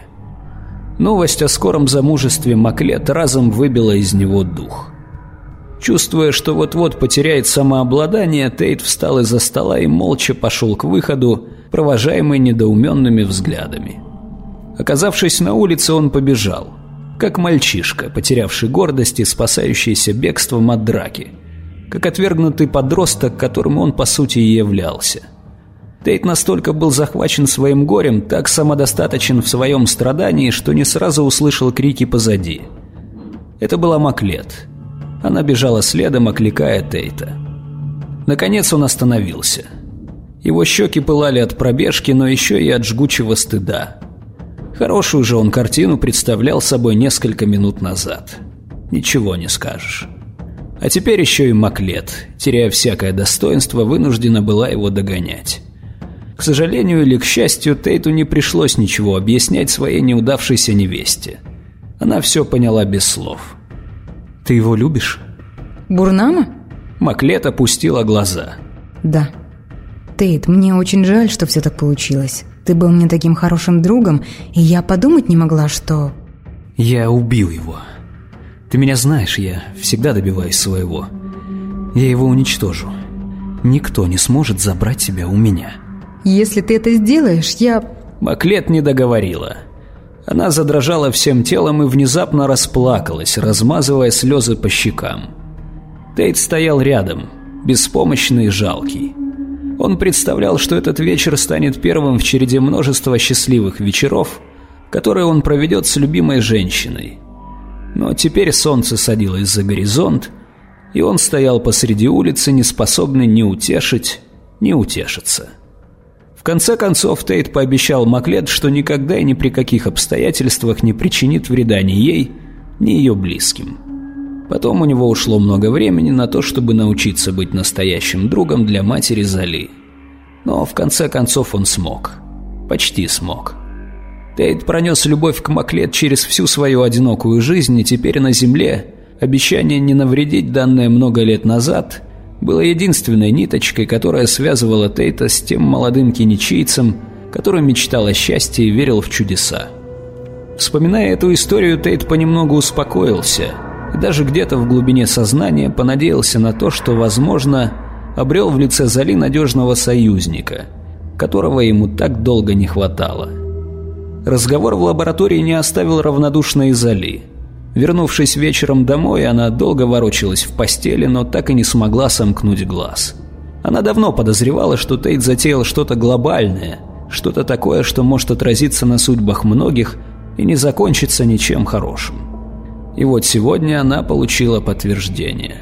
Новость о скором замужестве Маклет разом выбила из него дух. Чувствуя, что вот-вот потеряет самообладание, Тейт встал из-за стола и молча пошел к выходу, провожаемый недоуменными взглядами. Оказавшись на улице, он побежал, как мальчишка, потерявший гордость и спасающийся бегством от драки, как отвергнутый подросток, которым он по сути и являлся. Тейт настолько был захвачен своим горем, так самодостаточен в своем страдании, что не сразу услышал крики позади. Это была Маклет. Она бежала следом, окликая Тейта. Наконец он остановился. Его щеки пылали от пробежки, но еще и от жгучего стыда. Хорошую же он картину представлял собой несколько минут назад. Ничего не скажешь. А теперь еще и Маклет, теряя всякое достоинство, вынуждена была его догонять. К сожалению или к счастью, Тейту не пришлось ничего объяснять своей неудавшейся невесте. Она все поняла без слов. «Ты его любишь?» «Бурнама?» Маклет опустила глаза. «Да. Тейт, мне очень жаль, что все так получилось. Ты был мне таким хорошим другом, и я подумать не могла, что...» «Я убил его. Ты меня знаешь, я всегда добиваюсь своего. Я его уничтожу. Никто не сможет забрать тебя у меня». «Если ты это сделаешь, я...» Маклет не договорила. Она задрожала всем телом и внезапно расплакалась, размазывая слезы по щекам. Тейт стоял рядом, беспомощный и жалкий. Он представлял, что этот вечер станет первым в череде множества счастливых вечеров, которые он проведет с любимой женщиной. Но теперь солнце садилось за горизонт, и он стоял посреди улицы, не способный ни утешить, ни утешиться. В конце концов, Тейт пообещал Маклет, что никогда и ни при каких обстоятельствах не причинит вреда ни ей, ни ее близким. Потом у него ушло много времени на то, чтобы научиться быть настоящим другом для матери Зали. Но в конце концов он смог. Почти смог. Тейт пронес любовь к Маклет через всю свою одинокую жизнь, и теперь на земле обещание не навредить, данное много лет назад, было единственной ниточкой, которая связывала Тейта с тем молодым кеничийцем, который мечтал о счастье и верил в чудеса. Вспоминая эту историю, Тейт понемногу успокоился и даже где-то в глубине сознания понадеялся на то, что, возможно, обрел в лице Зали надежного союзника, которого ему так долго не хватало. Разговор в лаборатории не оставил равнодушной Зали. Вернувшись вечером домой, она долго ворочалась в постели, но так и не смогла сомкнуть глаз. Она давно подозревала, что Тейт затеял что-то глобальное, что-то такое, что может отразиться на судьбах многих и не закончиться ничем хорошим. И вот сегодня она получила подтверждение.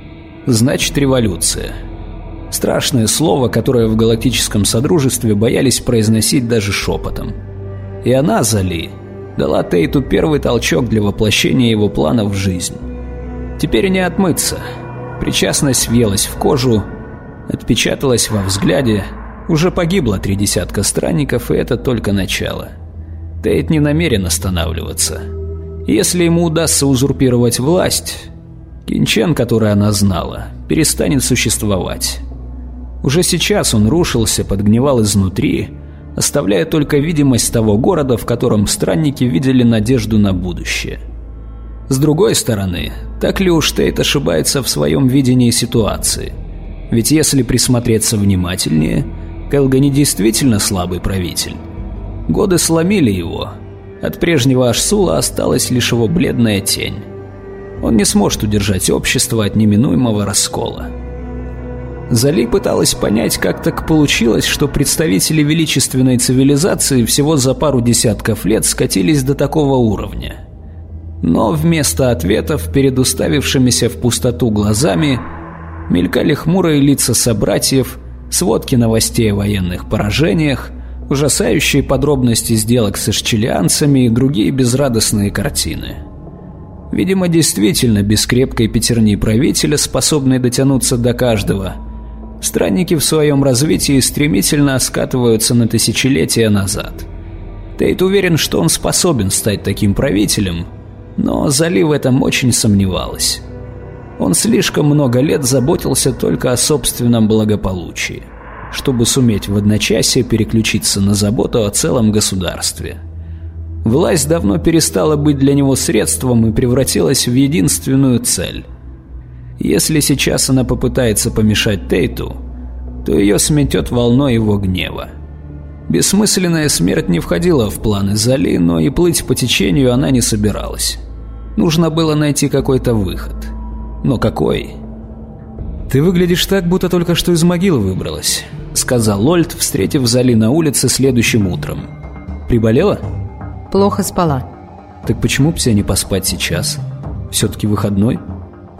Значит, революция. Страшное слово, которое в галактическом содружестве боялись произносить даже шепотом. И она, Зали, дала Тейту первый толчок для воплощения его планов в жизнь. Теперь не отмыться. Причастность въелась в кожу, отпечаталась во взгляде. Уже погибло три десятка странников, и это только начало. Тейт не намерен останавливаться. Если ему удастся узурпировать власть, Кинчен, который она знала, перестанет существовать. Уже сейчас он рушился, подгнивал изнутри, оставляя только видимость того города, в котором странники видели надежду на будущее. С другой стороны, так ли уж Тейт ошибается в своем видении ситуации? Ведь если присмотреться внимательнее, Келгани действительно слабый правитель. Годы сломили его. От прежнего Ашсула осталась лишь его бледная тень. Он не сможет удержать общество от неминуемого раскола. Зали пыталась понять, как так получилось, что представители величественной цивилизации всего за пару десятков лет скатились до такого уровня. Но вместо ответов, перед уставившимися в пустоту глазами, мелькали хмурые лица собратьев, сводки новостей о военных поражениях, ужасающие подробности сделок с ишчелианцами и другие безрадостные картины. Видимо, действительно, без крепкой пятерни правителя, способной дотянуться до каждого, странники в своем развитии стремительно скатываются на тысячелетия назад. Тейт уверен, что он способен стать таким правителем, но Зали в этом очень сомневалась. Он слишком много лет заботился только о собственном благополучии, чтобы суметь в одночасье переключиться на заботу о целом государстве. Власть давно перестала быть для него средством и превратилась в единственную цель. Если сейчас она попытается помешать Тейту, то ее сметет волной его гнева. Бессмысленная смерть не входила в планы Зали, но и плыть по течению она не собиралась. Нужно было найти какой-то выход. Но какой? «Ты выглядишь так, будто только что из могилы выбралась», — сказал Лольд, встретив Зали на улице следующим утром. «Приболела?» Плохо спала. «Так почему бы тебе не поспать сейчас? Все-таки выходной?»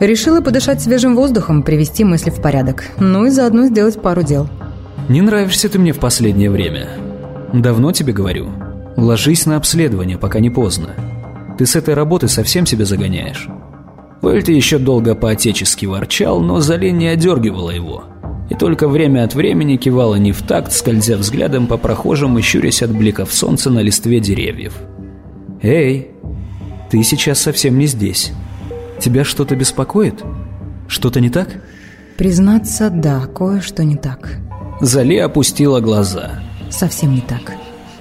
Решила подышать свежим воздухом, привести мысли в порядок. Ну и заодно сделать пару дел. Не нравишься ты мне в последнее время. Давно тебе говорю. Ложись на обследование, пока не поздно. Ты с этой работы совсем себя загоняешь. Ольта еще долго по-отечески ворчал, но Зали не одергивала его. И только время от времени кивала не в такт, скользя взглядом по прохожим и щурясь от бликов солнца на листве деревьев. «Эй, ты сейчас совсем не здесь. Тебя что-то беспокоит? Что-то не так?» Признаться, да, кое-что не так. Зали опустила глаза. Совсем не так.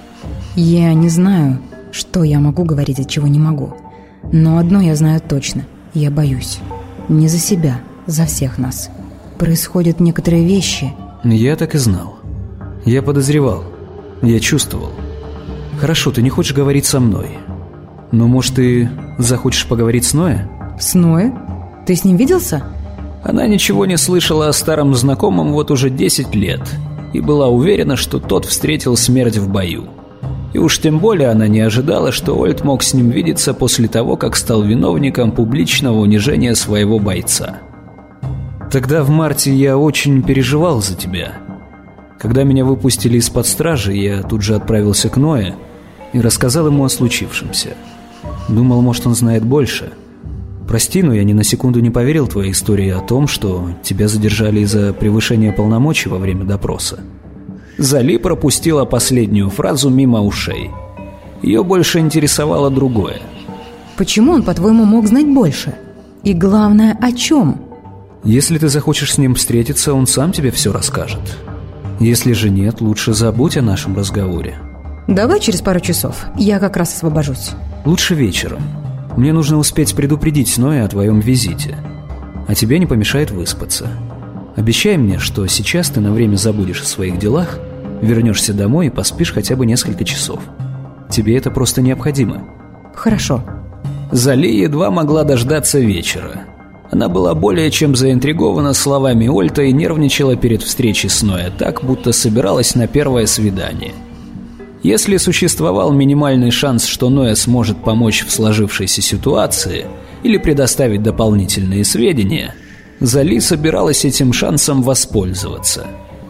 Я не знаю, что я могу говорить, от чего не могу. Но одно я знаю точно. Я боюсь. Не за себя, за всех нас. Происходят некоторые вещи. Я так и знал. Я подозревал. Я чувствовал. Хорошо, ты не хочешь говорить со мной. Но, может, ты захочешь поговорить с Ноэ? С Ноэ? Ты с ним виделся? Она ничего не слышала о старом знакомом вот уже десять лет и была уверена, что тот встретил смерть в бою. И уж тем более она не ожидала, что Ольд мог с ним видеться после того, как стал виновником публичного унижения своего бойца. Тогда в марте я очень переживал за тебя. Когда меня выпустили из-под стражи, я тут же отправился к Ноэ и рассказал ему о случившемся. Думал, может, он знает больше. Прости, но я ни на секунду не поверил твоей истории о том, что тебя задержали из-за превышения полномочий во время допроса. Зали пропустила последнюю фразу мимо ушей. Ее больше интересовало другое. Почему он, по-твоему, мог знать больше? И главное, о чем? Если ты захочешь с ним встретиться, он сам тебе все расскажет. Если же нет, лучше забудь о нашем разговоре. Давай через пару часов, я как раз освобожусь. Лучше вечером. Мне нужно успеть предупредить Ноя о твоем визите. А тебе не помешает выспаться. Обещай мне, что сейчас ты на время забудешь о своих делах, вернешься домой и поспишь хотя бы несколько часов. Тебе это просто необходимо. Хорошо. Зали едва могла дождаться вечера. Она была более чем заинтригована словами Ольта и нервничала перед встречей с Ноя так, будто собиралась на первое свидание. Если существовал минимальный шанс, что Ноя сможет помочь в сложившейся ситуации или предоставить дополнительные сведения, Зали собиралась этим шансом воспользоваться.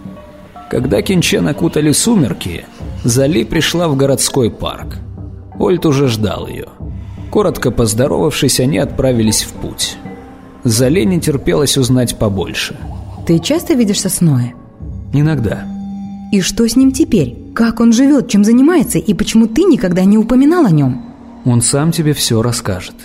Когда Кинчен окутали сумерки, Зали пришла в городской парк. Ольт уже ждал ее. Коротко поздоровавшись, они отправились в путь. Зали не терпелось узнать побольше. Ты часто видишься с Ноэ? Иногда. И что с ним теперь? Как он живет, чем занимается, и почему ты никогда не упоминал о нем? Он сам тебе все расскажет.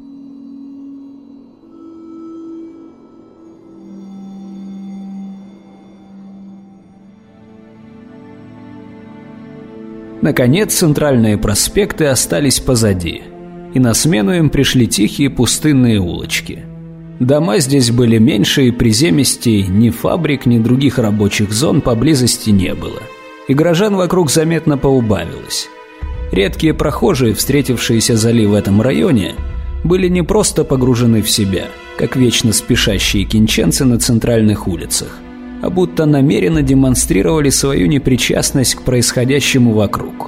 Наконец, центральные проспекты остались позади, и на смену им пришли тихие пустынные улочки. Дома здесь были меньше и приземистей, ни фабрик, ни других рабочих зон поблизости не было. И горожан вокруг заметно поубавилось. Редкие прохожие, встретившиеся Зали в этом районе, были не просто погружены в себя, как вечно спешащие кинченцы на центральных улицах, а будто намеренно демонстрировали свою непричастность к происходящему вокруг.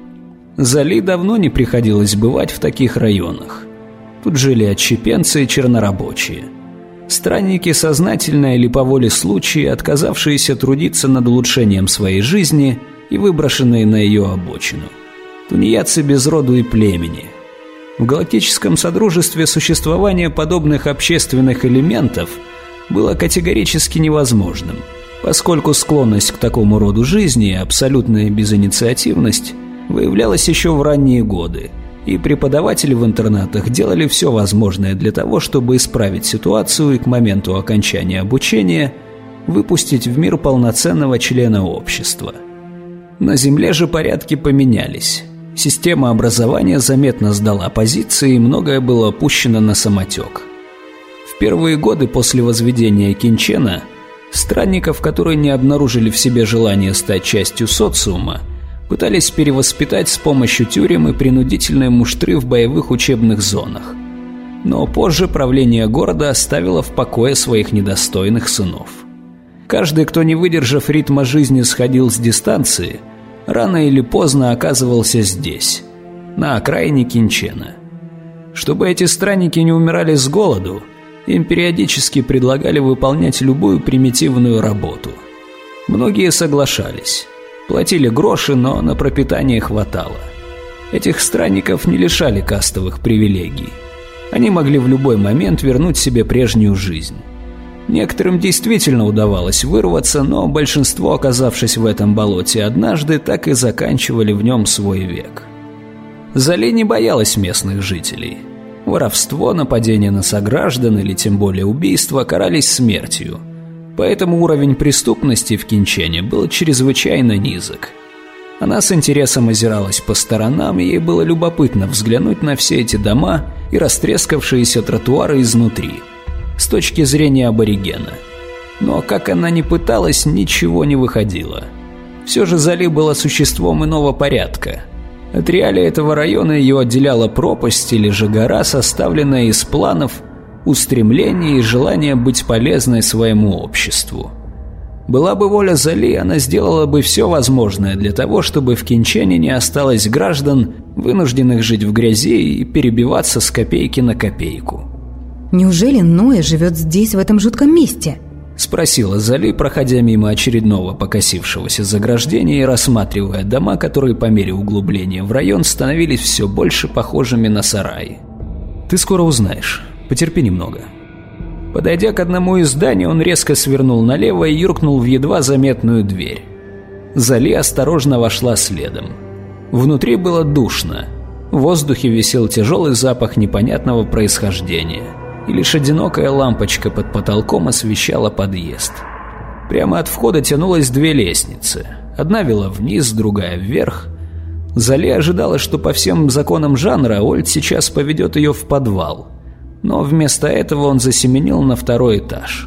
Зали давно не приходилось бывать в таких районах. Тут жили отщепенцы и чернорабочие. Странники, сознательно или по воле случая, отказавшиеся трудиться над улучшением своей жизни и выброшенные на ее обочину. Тунеядцы без роду и племени. В галактическом содружестве существование подобных общественных элементов было категорически невозможным, поскольку склонность к такому роду жизни и абсолютная безинициативность выявлялась еще в ранние годы, и преподаватели в интернатах делали все возможное для того, чтобы исправить ситуацию и к моменту окончания обучения выпустить в мир полноценного члена общества. На Земле же порядки поменялись. Система образования заметно сдала позиции, и многое было опущено на самотек. В первые годы после возведения Кинчена странников, которые не обнаружили в себе желание стать частью социума, пытались перевоспитать с помощью тюрем и принудительной муштры в боевых учебных зонах. Но позже правление города оставило в покое своих недостойных сынов. Каждый, кто, не выдержав ритма жизни, сходил с дистанции, рано или поздно оказывался здесь, на окраине Кинчена. Чтобы эти странники не умирали с голоду, Им периодически предлагали выполнять любую примитивную работу. Многие соглашались. Платили гроши, но на пропитание хватало. Этих странников не лишали кастовых привилегий. Они могли в любой момент вернуть себе прежнюю жизнь. Некоторым действительно удавалось вырваться, но большинство, оказавшись в этом болоте однажды, так и заканчивали в нем свой век. Зали не боялась местных жителей. Воровство, нападение на сограждан или тем более убийство карались смертью. Поэтому уровень преступности в Кинчене был чрезвычайно низок. Она с интересом озиралась по сторонам, и ей было любопытно взглянуть на все эти дома и растрескавшиеся тротуары изнутри, с точки зрения аборигена. Но как она ни пыталась, ничего не выходило. Все же Зали была существом иного порядка. От реалий этого района ее отделяла пропасть или же гора, составленная из планов, устремлений и желания быть полезной своему обществу. Была бы воля Зали, она сделала бы все возможное для того, чтобы в Кинчене не осталось граждан, вынужденных жить в грязи и перебиваться с копейки на копейку. «Неужели Ноэ живет здесь, в этом жутком месте?» — спросила Зали, проходя мимо очередного покосившегося заграждения и рассматривая дома, которые по мере углубления в район становились все больше похожими на сараи. «Ты скоро узнаешь. Потерпи немного». Подойдя к одному из зданий, он резко свернул налево и юркнул в едва заметную дверь. Зали осторожно вошла следом. Внутри было душно. В воздухе висел тяжелый запах непонятного происхождения, и лишь одинокая лампочка под потолком освещала подъезд. Прямо от входа тянулось две лестницы. Одна вела вниз, другая вверх. Зали ожидала, что по всем законам жанра Ольд сейчас поведет ее в подвал. Но вместо этого он засеменил на второй этаж.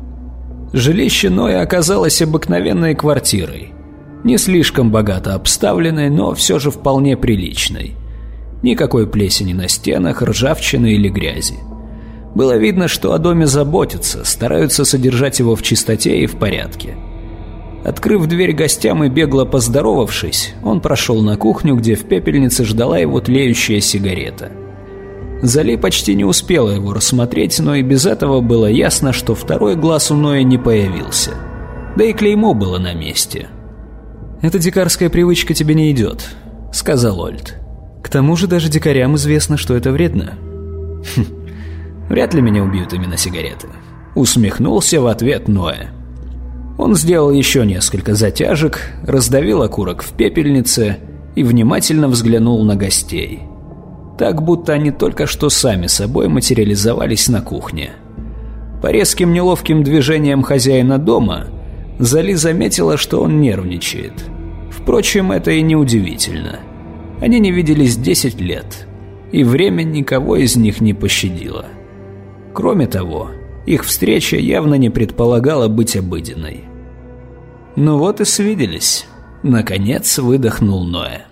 Жилище Ноя оказалось обыкновенной квартирой. Не слишком богато обставленной, но все же вполне приличной. Никакой плесени на стенах, ржавчины или грязи. Было видно, что о доме заботятся, стараются содержать его в чистоте и в порядке. Открыв дверь гостям и бегло поздоровавшись, он прошел на кухню, где в пепельнице ждала его тлеющая сигарета. Зали почти не успела его рассмотреть, но и без этого было ясно, что второй глаз у Ноя не появился. Да и клеймо было на месте. «Эта дикарская привычка тебе не идет», — сказал Ольд. «К тому же даже дикарям известно, что это вредно». «Хм, вряд ли меня убьют именно сигареты», — усмехнулся в ответ Ноя. Он сделал еще несколько затяжек, раздавил окурок в пепельнице и внимательно взглянул на гостей. Так, будто они только что сами собой материализовались на кухне. По резким неловким движениям хозяина дома Зали заметила, что он нервничает. Впрочем, это и не удивительно. Они не виделись десять лет, и время никого из них не пощадило. Кроме того, их встреча явно не предполагала быть обыденной. «Ну вот и свиделись», — наконец выдохнул Ноя.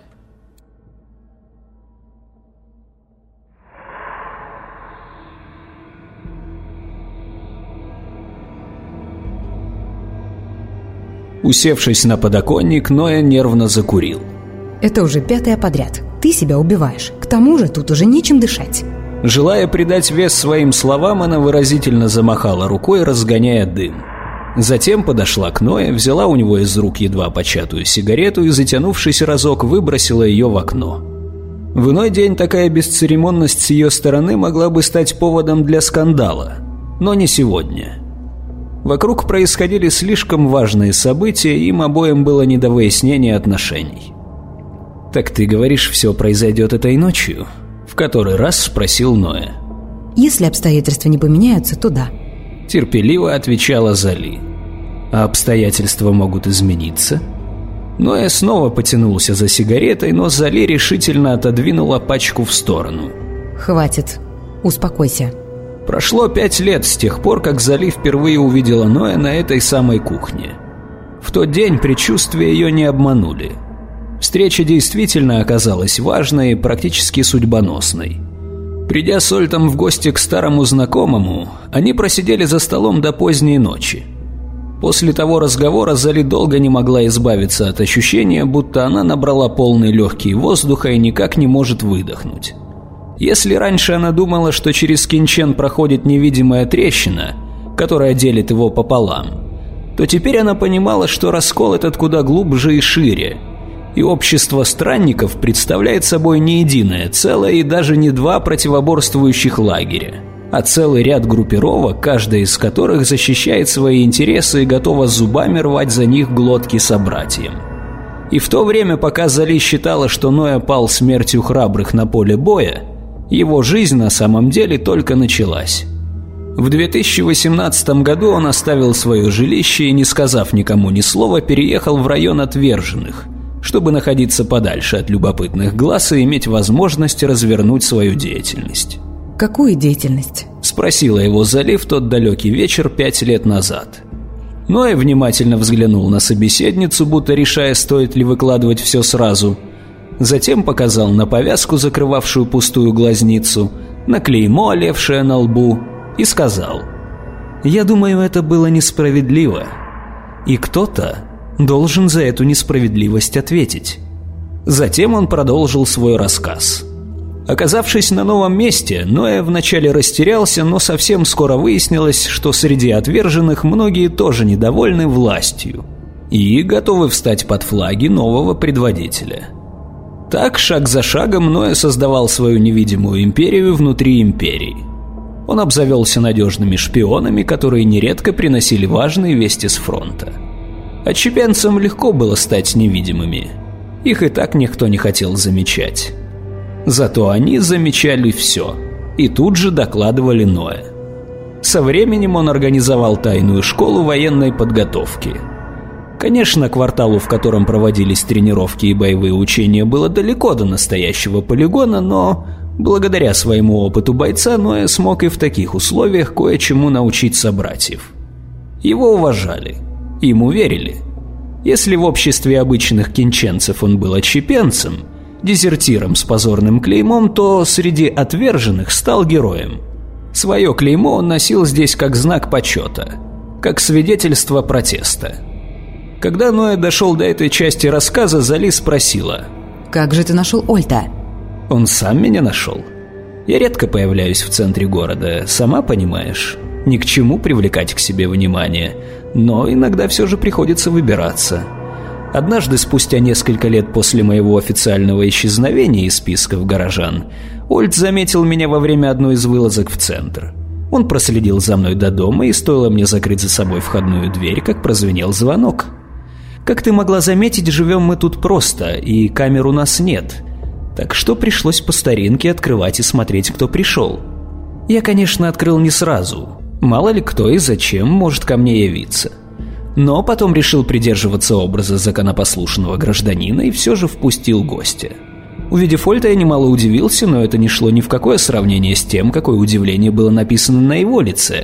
Усевшись на подоконник, Ноя нервно закурил. «Это уже пятая подряд. Ты себя убиваешь. К тому же тут уже нечем дышать». Желая придать вес своим словам, она выразительно замахала рукой, разгоняя дым. Затем подошла к Ное, взяла у него из рук едва початую сигарету и, затянувшись разок, выбросила ее в окно. В иной день такая бесцеремонность с ее стороны могла бы стать поводом для скандала, но не сегодня. Вокруг происходили слишком важные события, и им обоим было не до выяснения отношений. «Так ты говоришь, все произойдет этой ночью?» — в который раз спросил Ноя. «Если обстоятельства не поменяются, то да», — терпеливо отвечала Зали. «А обстоятельства могут измениться?» Ноя снова потянулся за сигаретой, но Зали решительно отодвинула пачку в сторону. «Хватит. Успокойся». Прошло пять лет с тех пор, как Зали впервые увидела Ноя на этой самой кухне. В тот день предчувствия ее не обманули. Встреча действительно оказалась важной и практически судьбоносной. Придя с Ольтом в гости к старому знакомому, они просидели за столом до поздней ночи. После того разговора Зали долго не могла избавиться от ощущения, будто она набрала полные легкие воздуха и никак не может выдохнуть. Если раньше она думала, что через Кинчен проходит невидимая трещина, которая делит его пополам, то теперь она понимала, что раскол этот куда глубже и шире, и общество странников представляет собой не единое целое и даже не два противоборствующих лагеря, а целый ряд группировок, каждая из которых защищает свои интересы и готова зубами рвать за них глотки собратьям. И в то время, пока Зали считала, что Ноя пал смертью храбрых на поле боя, его жизнь на самом деле только началась. В две тысячи восемнадцатом году он оставил свое жилище и, не сказав никому ни слова, переехал в район отверженных, чтобы находиться подальше от любопытных глаз и иметь возможность развернуть свою деятельность. «Какую деятельность?» – спросила его Зали в тот далекий вечер пять лет назад. Ноя внимательно взглянул на собеседницу, будто решая, стоит ли выкладывать все сразу. Затем показал на повязку, закрывавшую пустую глазницу, на клеймо, олевшее на лбу, и сказал: «Я думаю, это было несправедливо, и кто-то должен за эту несправедливость ответить». Затем он продолжил свой рассказ. Оказавшись на новом месте, Ноя вначале растерялся, но совсем скоро выяснилось, что среди отверженных многие тоже недовольны властью и готовы встать под флаги нового предводителя. Так, шаг за шагом, Ноя создавал свою невидимую империю внутри империи. Он обзавелся надежными шпионами, которые нередко приносили важные вести с фронта. Отщепенцам легко было стать невидимыми. Их и так никто не хотел замечать. Зато они замечали все и тут же докладывали Ноя. Со временем он организовал тайную школу военной подготовки. Конечно, кварталу, в котором проводились тренировки и боевые учения, было далеко до настоящего полигона, но благодаря своему опыту бойца Ноя смог и в таких условиях кое-чему научить собратьев. Его уважали, ему верили. Если в обществе обычных кинченцев он был отщепенцем, дезертиром с позорным клеймом, то среди отверженных стал героем. Свое клеймо он носил здесь как знак почета, как свидетельство протеста. Когда Ноя дошел до этой части рассказа, Зали спросила: «Как же ты нашел Ольта?» «Он сам меня нашел. Я редко появляюсь в центре города, сама понимаешь. Ни к чему привлекать к себе внимание, но иногда все же приходится выбираться. Однажды, спустя несколько лет после моего официального исчезновения из списков горожан, Ольт заметил меня во время одной из вылазок в центр. Он проследил за мной до дома, и стоило мне закрыть за собой входную дверь, как прозвенел звонок. Как ты могла заметить, живем мы тут просто, и камер у нас нет, так что пришлось по старинке открывать и смотреть, кто пришел. Я, конечно, открыл не сразу, мало ли кто и зачем может ко мне явиться. Но потом решил придерживаться образа законопослушного гражданина и все же впустил гостя. Увидев Ольта, я немало удивился, но это не шло ни в какое сравнение с тем, какое удивление было написано на его лице.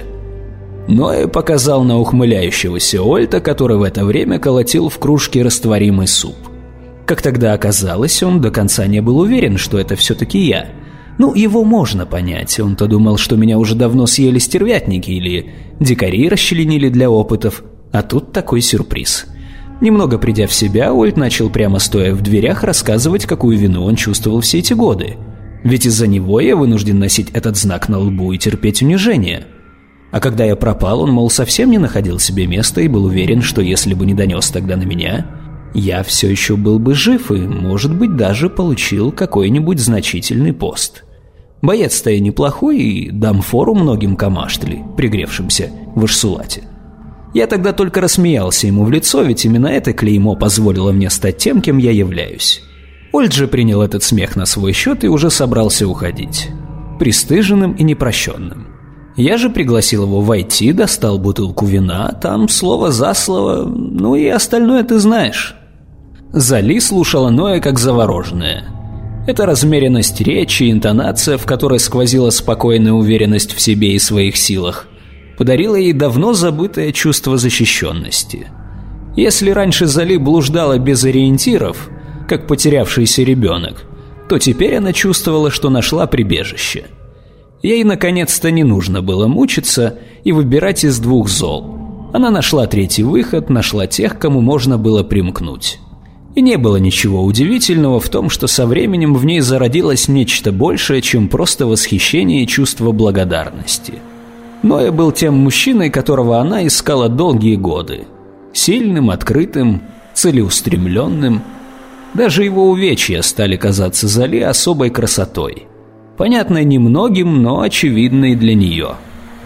Ноя показал на ухмыляющегося Ольта, который в это время колотил в кружке растворимый суп. Как тогда оказалось, он до конца не был уверен, что это все-таки я. Ну, его можно понять, он-то думал, что меня уже давно съели стервятники или дикари расчленили для опытов. А тут такой сюрприз. Немного придя в себя, Ольт начал прямо стоя в дверях рассказывать, какую вину он чувствовал все эти годы. Ведь из-за него я вынужден носить этот знак на лбу и терпеть унижение. А когда я пропал, он, мол, совсем не находил себе места и был уверен, что если бы не донес тогда на меня, я все еще был бы жив и, может быть, даже получил какой-нибудь значительный пост. Боец-то я неплохой и дам фору многим камаштли, пригревшимся в Ашсулате. Я тогда только рассмеялся ему в лицо, ведь именно это клеймо позволило мне стать тем, кем я являюсь. Ольт же принял этот смех на свой счет и уже собрался уходить, пристыженным и непрощенным. Я же пригласил его войти, достал бутылку вина, там слово за слово, ну и остальное ты знаешь. Зали слушала Ноя как завороженная. Эта размеренность речи, интонация, в которой сквозила спокойная уверенность в себе и своих силах, подарила ей давно забытое чувство защищенности. Если раньше Зали блуждала без ориентиров, как потерявшийся ребенок, то теперь она чувствовала, что нашла прибежище. Ей наконец-то не нужно было мучиться и выбирать из двух зол. Она нашла третий выход, нашла тех, кому можно было примкнуть. И не было ничего удивительного в том, что со временем в ней зародилось нечто большее, чем просто восхищение и чувство благодарности. Ноя был тем мужчиной, которого она искала долгие годы. Сильным, открытым, целеустремленным. Даже его увечья стали казаться Зали особой красотой. Понятной немногим, но очевидной для нее.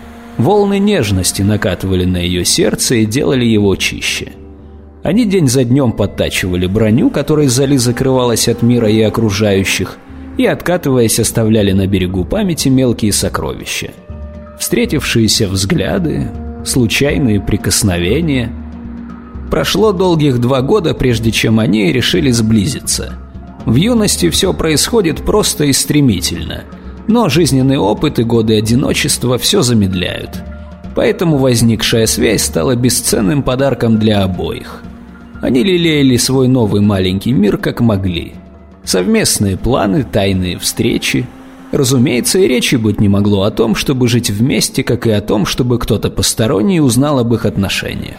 Волны нежности накатывали на ее сердце и делали его чище. Они день за днем подтачивали броню, которой Зали закрывалась от мира и окружающих, и, откатываясь, оставляли на берегу памяти мелкие сокровища. Встретившиеся взгляды, случайные прикосновения. Прошло долгих два года, прежде чем они решили сблизиться. В юности все происходит просто и стремительно, но жизненный опыт и годы одиночества все замедляют. Поэтому возникшая связь стала бесценным подарком для обоих. Они лелеяли свой новый маленький мир как могли. Совместные планы, тайные встречи. Разумеется, и речи быть не могло о том, чтобы жить вместе, как и о том, чтобы кто-то посторонний узнал об их отношениях.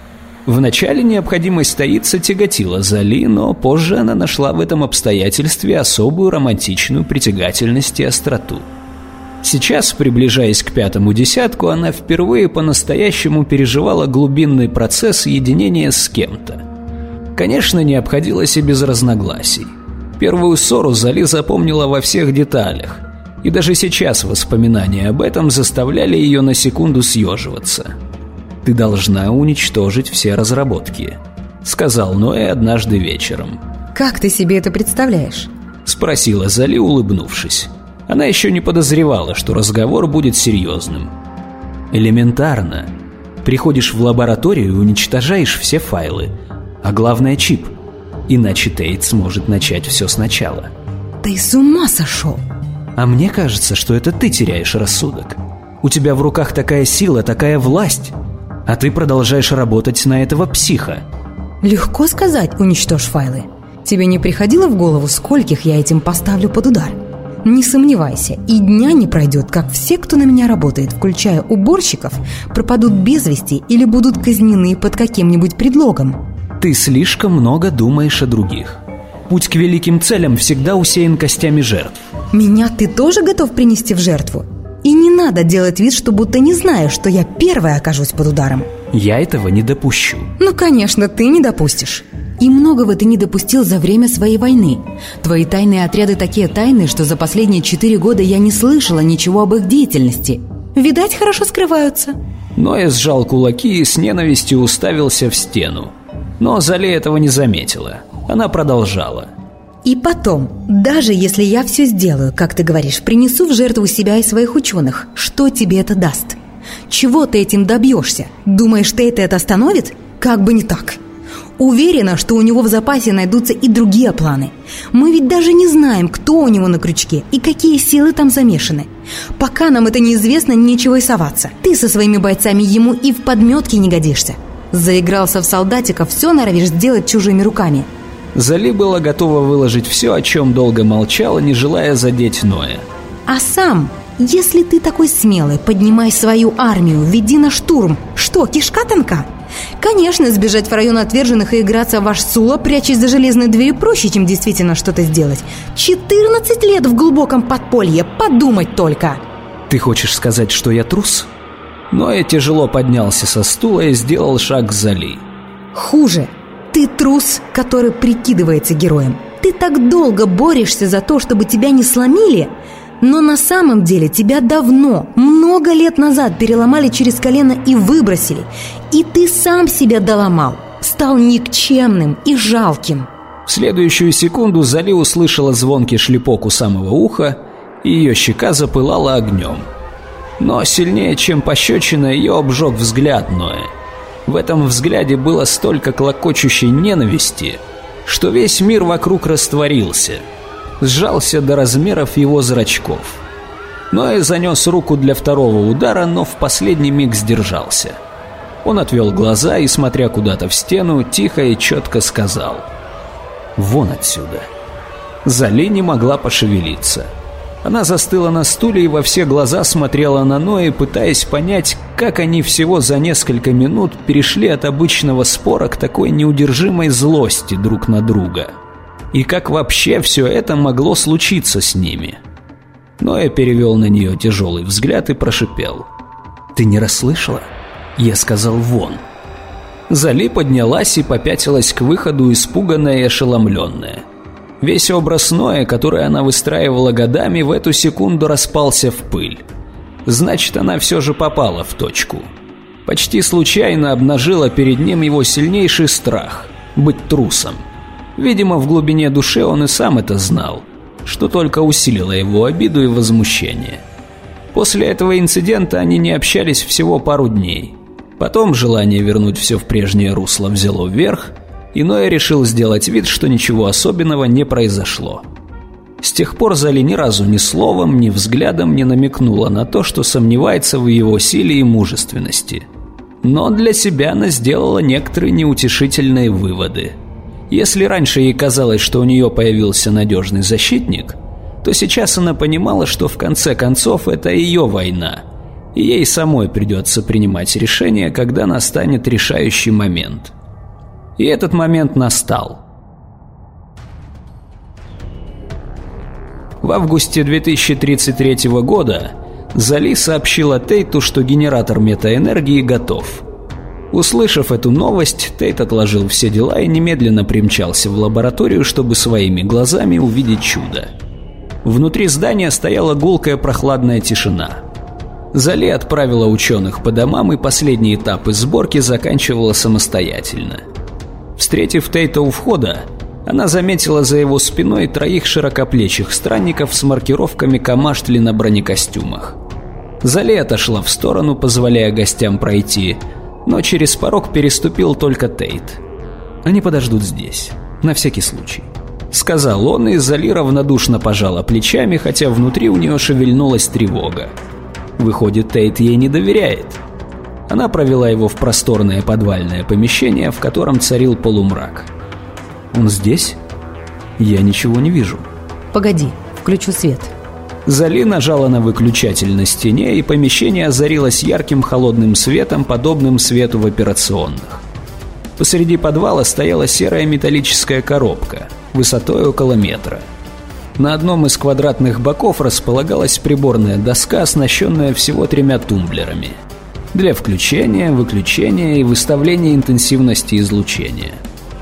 Вначале необходимость таиться тяготила Зали, но позже она нашла в этом обстоятельстве особую романтичную притягательность и остроту. Сейчас, приближаясь к пятому десятку, она впервые по-настоящему переживала глубинный процесс единения с кем-то. Конечно, не обходилось и без разногласий. Первую ссору Зали запомнила во всех деталях, и даже сейчас воспоминания об этом заставляли ее на секунду съеживаться. «Ты должна уничтожить все разработки», — сказал Ноэ однажды вечером. «Как ты себе это представляешь?» — спросила Зали, улыбнувшись. Она еще не подозревала, что разговор будет серьезным. «Элементарно. Приходишь в лабораторию и уничтожаешь все файлы, а главное — чип. Иначе Тейт сможет начать все сначала». «Ты с ума сошел!» «А мне кажется, что это ты теряешь рассудок. У тебя в руках такая сила, такая власть, а ты продолжаешь работать на этого психа». «Легко сказать, уничтожь файлы. Тебе не приходило в голову, скольких я этим поставлю под удар? Не сомневайся, и дня не пройдет, как все, кто на меня работает, включая уборщиков, пропадут без вести или будут казнены под каким-нибудь предлогом». «Ты слишком много думаешь о других. Путь к великим целям всегда усеян костями жертв». «Меня ты тоже готов принести в жертву? И не надо делать вид, что будто не знаешь, что я первая окажусь под ударом». «Я этого не допущу». «Ну, конечно, ты не допустишь. И многого ты не допустил за время своей войны. Твои тайные отряды такие тайные, что за последние четыре года я не слышала ничего об их деятельности. Видать, хорошо скрываются». Ноэ сжал кулаки и с ненавистью уставился в стену. Но Зали этого не заметила. Она продолжала. «И потом, даже если я все сделаю, как ты говоришь, принесу в жертву себя и своих ученых, что тебе это даст? Чего ты этим добьешься? Думаешь, Тейт это остановит? Как бы не так. Уверена, что у него в запасе найдутся и другие планы. Мы ведь даже не знаем, кто у него на крючке и какие силы там замешаны. Пока нам это неизвестно, нечего и соваться. Ты со своими бойцами ему и в подметке не годишься. Заигрался в солдатиков, все норовишь сделать чужими руками». Зали была готова выложить все, о чем долго молчала, не желая задеть Ноэ. «А сам, если ты такой смелый, поднимай свою армию, веди на штурм. Что, кишка тонка? Конечно, сбежать в район отверженных и играться в ваш Сула, прячась за железной дверью, проще, чем действительно что-то сделать. четырнадцать лет в глубоком подполье, подумать только!» «Ты хочешь сказать, что я трус?» Ноэ тяжело поднялся со стула и сделал шаг к Зали. «Хуже. Ты трус, который прикидывается героем. Ты так долго борешься за то, чтобы тебя не сломили, но на самом деле тебя давно, много лет назад переломали через колено и выбросили. И ты сам себя доломал, стал никчемным и жалким». В следующую секунду Зали услышала звонкий шлепок у самого уха, и ее щека запылала огнем. Но сильнее, чем пощечина, ее обжег взгляд Ноэ. В этом взгляде было столько клокочущей ненависти, что весь мир вокруг растворился, сжался до размеров его зрачков. Ноэ занес руку для второго удара, но в последний миг сдержался. Он отвел глаза и, смотря куда-то в стену, тихо и четко сказал: «Вон отсюда». Зали не могла пошевелиться. Она застыла на стуле и во все глаза смотрела на Ноэ, пытаясь понять, как они всего за несколько минут перешли от обычного спора к такой неудержимой злости друг на друга. И как вообще все это могло случиться с ними? Ноэ перевел на нее тяжелый взгляд и прошипел: «Ты не расслышала? Я сказал вон». Зали поднялась и попятилась к выходу, испуганная и ошеломленная. Весь образ Ноэ, который она выстраивала годами, в эту секунду распался в пыль. Значит, она все же попала в точку. Почти случайно обнажила перед ним его сильнейший страх – быть трусом. Видимо, в глубине души он и сам это знал, что только усилило его обиду и возмущение. После этого инцидента они не общались всего пару дней. Потом желание вернуть все в прежнее русло взяло вверх, и Ноэ решил сделать вид, что ничего особенного не произошло. С тех пор Зали ни разу ни словом, ни взглядом не намекнула на то, что сомневается в его силе и мужественности. Но для себя она сделала некоторые неутешительные выводы. Если раньше ей казалось, что у нее появился надежный защитник, то сейчас она понимала, что в конце концов это ее война, и ей самой придется принимать решение, когда настанет решающий момент. И этот момент настал. В августе две тысячи тридцать третьего года Зали сообщила Тейту, что генератор метаэнергии готов. Услышав эту новость, Тейт отложил все дела и немедленно примчался в лабораторию, чтобы своими глазами увидеть чудо. Внутри здания стояла гулкая прохладная тишина. Зали отправила ученых по домам, и последний этап сборки заканчивала самостоятельно. Встретив Тейта у входа, она заметила за его спиной троих широкоплечих странников с маркировками Камаштли на бронекостюмах. Зали отошла в сторону, позволяя гостям пройти, но через порог переступил только Тейт. «Они подождут здесь, на всякий случай», — сказал он, и Зали равнодушно пожала плечами, хотя внутри у нее шевельнулась тревога. Выходит, Тейт ей не доверяет. Она провела его в просторное подвальное помещение, в котором царил полумрак. «Он здесь? Я ничего не вижу». «Погоди, включу свет». Зали нажала на выключатель на стене, и помещение озарилось ярким холодным светом, подобным свету в операционных. Посреди подвала стояла серая металлическая коробка, высотой около метра. На одном из квадратных боков располагалась приборная доска, оснащенная всего тремя тумблерами для включения, выключения и выставления интенсивности излучения.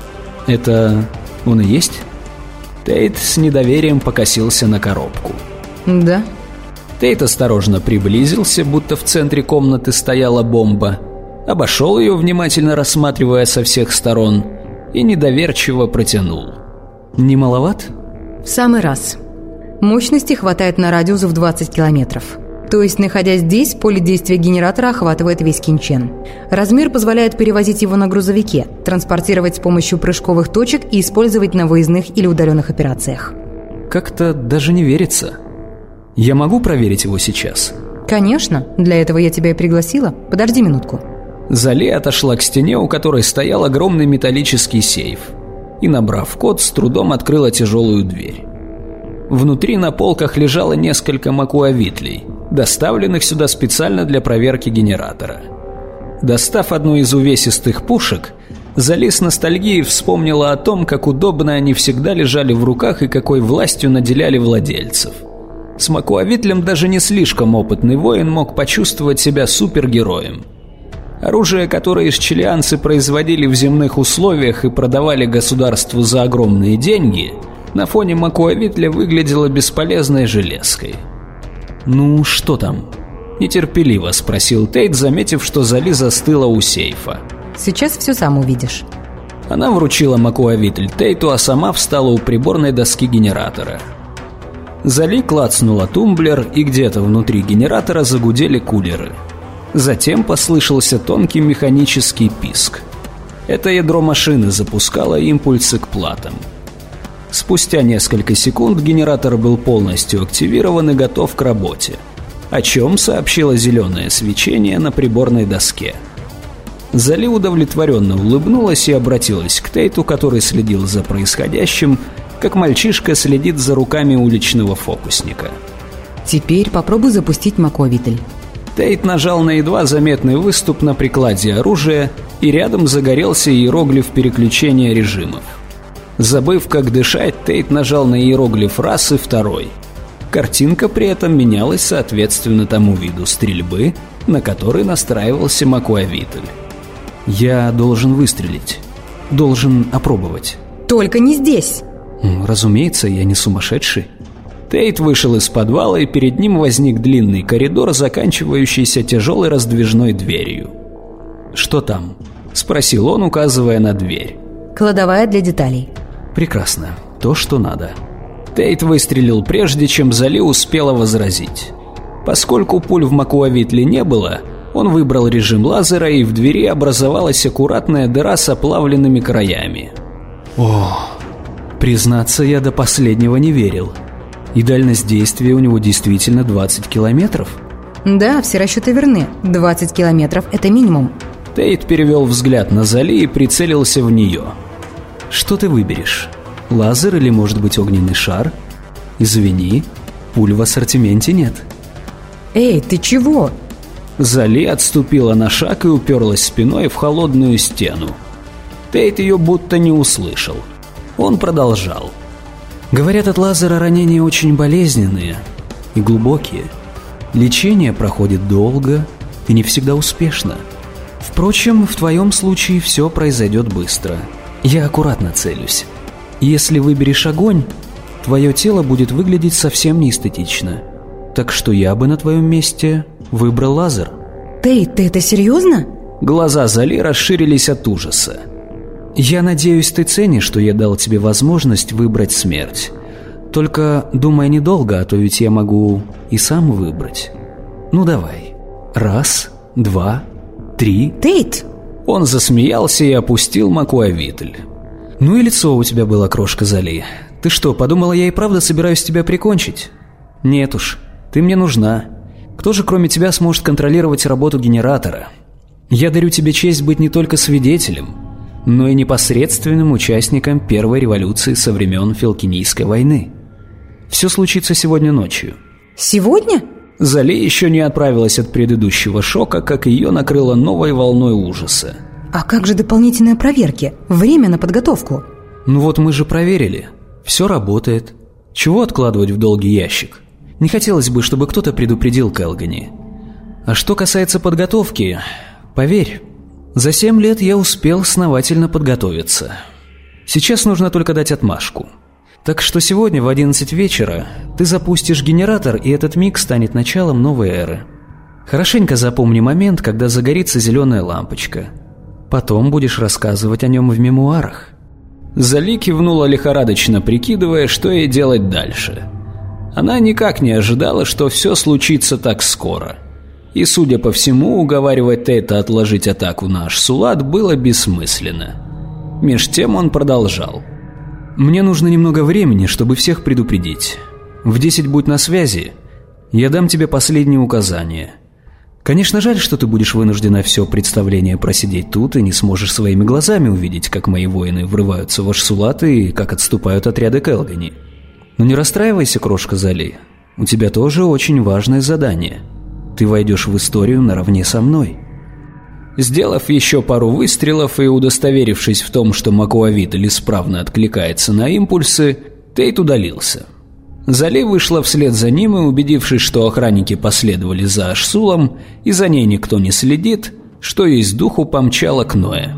«Это он и есть?» Тейт с недоверием покосился на коробку. «Да». Тейт осторожно приблизился, будто в центре комнаты стояла бомба, обошел ее, внимательно рассматривая со всех сторон, и недоверчиво протянул. «Не маловат?» «В самый раз. Мощности хватает на радиус в двадцать километров. То есть, находясь здесь, поле действия генератора охватывает весь Кинчен. Размер позволяет перевозить его на грузовике, транспортировать с помощью прыжковых точек и использовать на выездных или удаленных операциях». «Как-то даже не верится. Я могу проверить его сейчас?» «Конечно. Для этого я тебя и пригласила. Подожди минутку». Зали отошла к стене, у которой стоял огромный металлический сейф, и, набрав код, с трудом открыла тяжелую дверь. Внутри на полках лежало несколько макуавитлей, доставленных сюда специально для проверки генератора. Достав одну из увесистых пушек, Зали с ностальгией вспомнила о том, как удобно они всегда лежали в руках и какой властью наделяли владельцев. С макуавитлем даже не слишком опытный воин мог почувствовать себя супергероем. Оружие, которое исчелианцы производили в земных условиях и продавали государству за огромные деньги, на фоне макуавитля выглядело бесполезной железкой. «Ну, что там?» – нетерпеливо спросил Тейт, заметив, что Зали застыла у сейфа. «Сейчас все сам увидишь». Она вручила макуавитль Тейту, а сама встала у приборной доски генератора. Зали клацнула тумблер, и где-то внутри генератора загудели кулеры. Затем послышался тонкий механический писк. Это ядро машины запускало импульсы к платам. Спустя несколько секунд генератор был полностью активирован и готов к работе, о чем сообщило зеленое свечение на приборной доске. Зали удовлетворенно улыбнулась и обратилась к Тейту, который следил за происходящим, как мальчишка следит за руками уличного фокусника. Теперь попробуй запустить Макуавитль. Тейт нажал на едва заметный выступ на прикладе оружия, и рядом загорелся иероглиф переключения режимов. Забыв, как дышать, Тейт нажал на иероглиф раз и второй. Картинка при этом менялась соответственно тому виду стрельбы, на который настраивался Макуавитль. «Я должен выстрелить. Должен опробовать». Только не здесь. Разумеется, я не сумасшедший. Тейт вышел из подвала, и перед ним возник длинный коридор, заканчивающийся тяжелой раздвижной дверью. «Что там?» – спросил он, указывая на дверь. Кладовая для деталей. «Прекрасно. То, что надо». Тейт выстрелил прежде, чем Зали успела возразить. Поскольку пуль в Макуавитле не было, он выбрал режим лазера, и в двери образовалась аккуратная дыра с оплавленными краями. О, признаться, я до последнего не верил. И дальность действия у него действительно двадцать километров? Да, все расчеты верны. двадцать километров – это минимум. Тейт перевел взгляд на Зали и прицелился в нее. Что ты выберешь? Лазер или, может быть, огненный шар? Извини, пуль в ассортименте нет. Эй, ты чего? Зали отступила на шаг и уперлась спиной в холодную стену. Тейт ее будто не услышал. Он продолжал. Говорят, от лазера ранения очень болезненные и глубокие. Лечение проходит долго и не всегда успешно. Впрочем, в твоем случае все произойдет быстро. Я аккуратно целюсь. Если выберешь огонь, твое тело будет выглядеть совсем неэстетично. Так что я бы на твоем месте выбрал лазер. Тейт, ты это серьезно? Глаза Зали расширились от ужаса. Я надеюсь, ты ценишь, что я дал тебе возможность выбрать смерть. Только думай недолго, а то ведь я могу и сам выбрать. Ну давай. Раз, два, три. Тейт! Он засмеялся и опустил Макуавитль. Ну и лицо у тебя было, крошка Зали. Ты что, подумала, я и правда собираюсь тебя прикончить? Нет уж, ты мне нужна. Кто же кроме тебя сможет контролировать работу генератора? Я дарю тебе честь быть не только свидетелем, но и непосредственным участником первой революции со времен Фелкинийской войны. Все случится сегодня ночью. Сегодня? Зали еще не отправилась от предыдущего шока, как ее накрыло новой волной ужаса. А как же дополнительные проверки? Время на подготовку? Ну вот мы же проверили. Все работает. Чего откладывать в долгий ящик? Не хотелось бы, чтобы кто-то предупредил Келгани. А что касается подготовки, поверь, за семь лет я успел основательно подготовиться. Сейчас нужно только дать отмашку. Так что сегодня в одиннадцать вечера ты запустишь генератор, и этот миг станет началом новой эры. Хорошенько запомни момент, когда загорится зеленая лампочка. Потом будешь рассказывать о нем в мемуарах. Зали кивнула лихорадочно, прикидывая, что ей делать дальше. Она никак не ожидала, что все случится так скоро. И, судя по всему, уговаривать Тейта отложить атаку на Аш-Сулат было бессмысленно. Меж тем он продолжал. «Мне нужно немного времени, чтобы всех предупредить. В десять будь на связи, я дам тебе последние указания. Конечно, жаль, что ты будешь вынуждена все представление просидеть тут и не сможешь своими глазами увидеть, как мои воины врываются в Аш-Сулат и как отступают отряды Келгани. Но не расстраивайся, крошка Зали, у тебя тоже очень важное задание. Ты войдешь в историю наравне со мной». Сделав еще пару выстрелов и удостоверившись в том, что Макуавитль исправно откликается на импульсы, Тейт удалился. Зали вышла вслед за ним и, убедившись, что охранники последовали за Аш-Сулом и за ней никто не следит, что есть духу, помчала к Ноэ.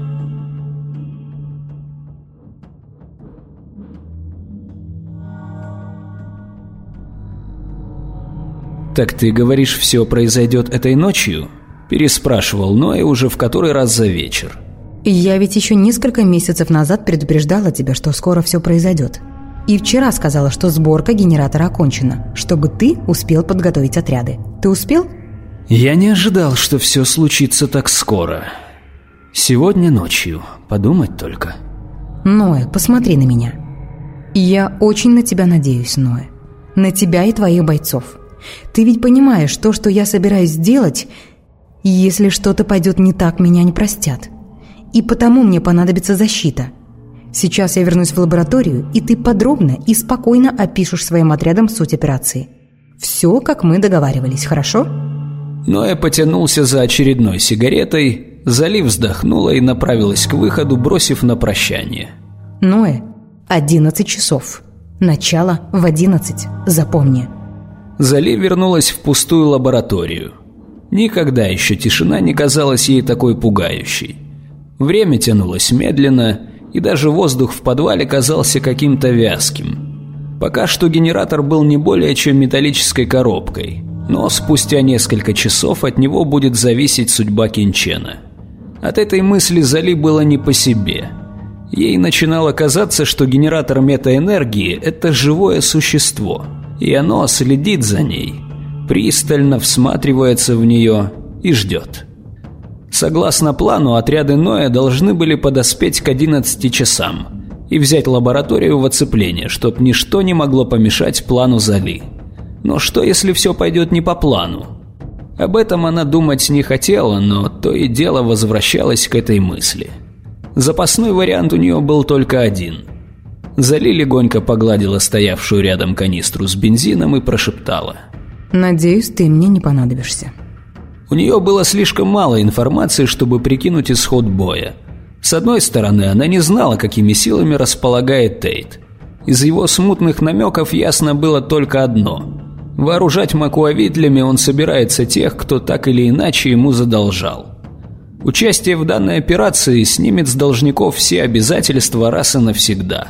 «Так ты говоришь, все произойдет этой ночью?» – переспрашивал Ноэ уже в который раз за вечер. Я ведь еще несколько месяцев назад предупреждала тебя, что скоро все произойдет. И вчера сказала, что сборка генератора окончена, чтобы ты успел подготовить отряды. Ты успел? Я не ожидал, что все случится так скоро. Сегодня ночью, подумать только. Ноэ, посмотри на меня. Я очень на тебя надеюсь, Ноэ. На тебя и твоих бойцов. Ты ведь понимаешь, то, что я собираюсь сделать, если что-то пойдет не так, меня не простят. И потому мне понадобится защита. Сейчас я вернусь в лабораторию, и ты подробно и спокойно опишешь своим отрядам суть операции. Все, как мы договаривались, хорошо? Ноэ потянулся за очередной сигаретой, Зали вздохнула и направилась к выходу, бросив на прощание: Ноэ, одиннадцать часов. Начало в одиннадцать, запомни. Зали вернулась в пустую лабораторию. Никогда еще тишина не казалась ей такой пугающей. Время тянулось медленно, и даже воздух в подвале казался каким-то вязким. Пока что генератор был не более чем металлической коробкой, но спустя несколько часов от него будет зависеть судьба Кинчена. От этой мысли Зали было не по себе. Ей начинало казаться, что генератор метаэнергии – это живое существо, и оно следит за ней, пристально всматривается в нее и ждет. Согласно плану, отряды Ноэ должны были подоспеть к одиннадцати часам и взять лабораторию в оцепление, чтоб ничто не могло помешать плану Зали. Но что, если все пойдет не по плану? Об этом она думать не хотела, но то и дело возвращалась к этой мысли. Запасной вариант у нее был только один. Зали легонько погладила стоявшую рядом канистру с бензином и прошептала: «Надеюсь, ты мне не понадобишься». У нее было слишком мало информации, чтобы прикинуть исход боя. С одной стороны, она не знала, какими силами располагает Тейт. Из его смутных намеков ясно было только одно: вооружать макуавитлями он собирается тех, кто так или иначе ему задолжал. Участие в данной операции снимет с должников все обязательства раз и навсегда.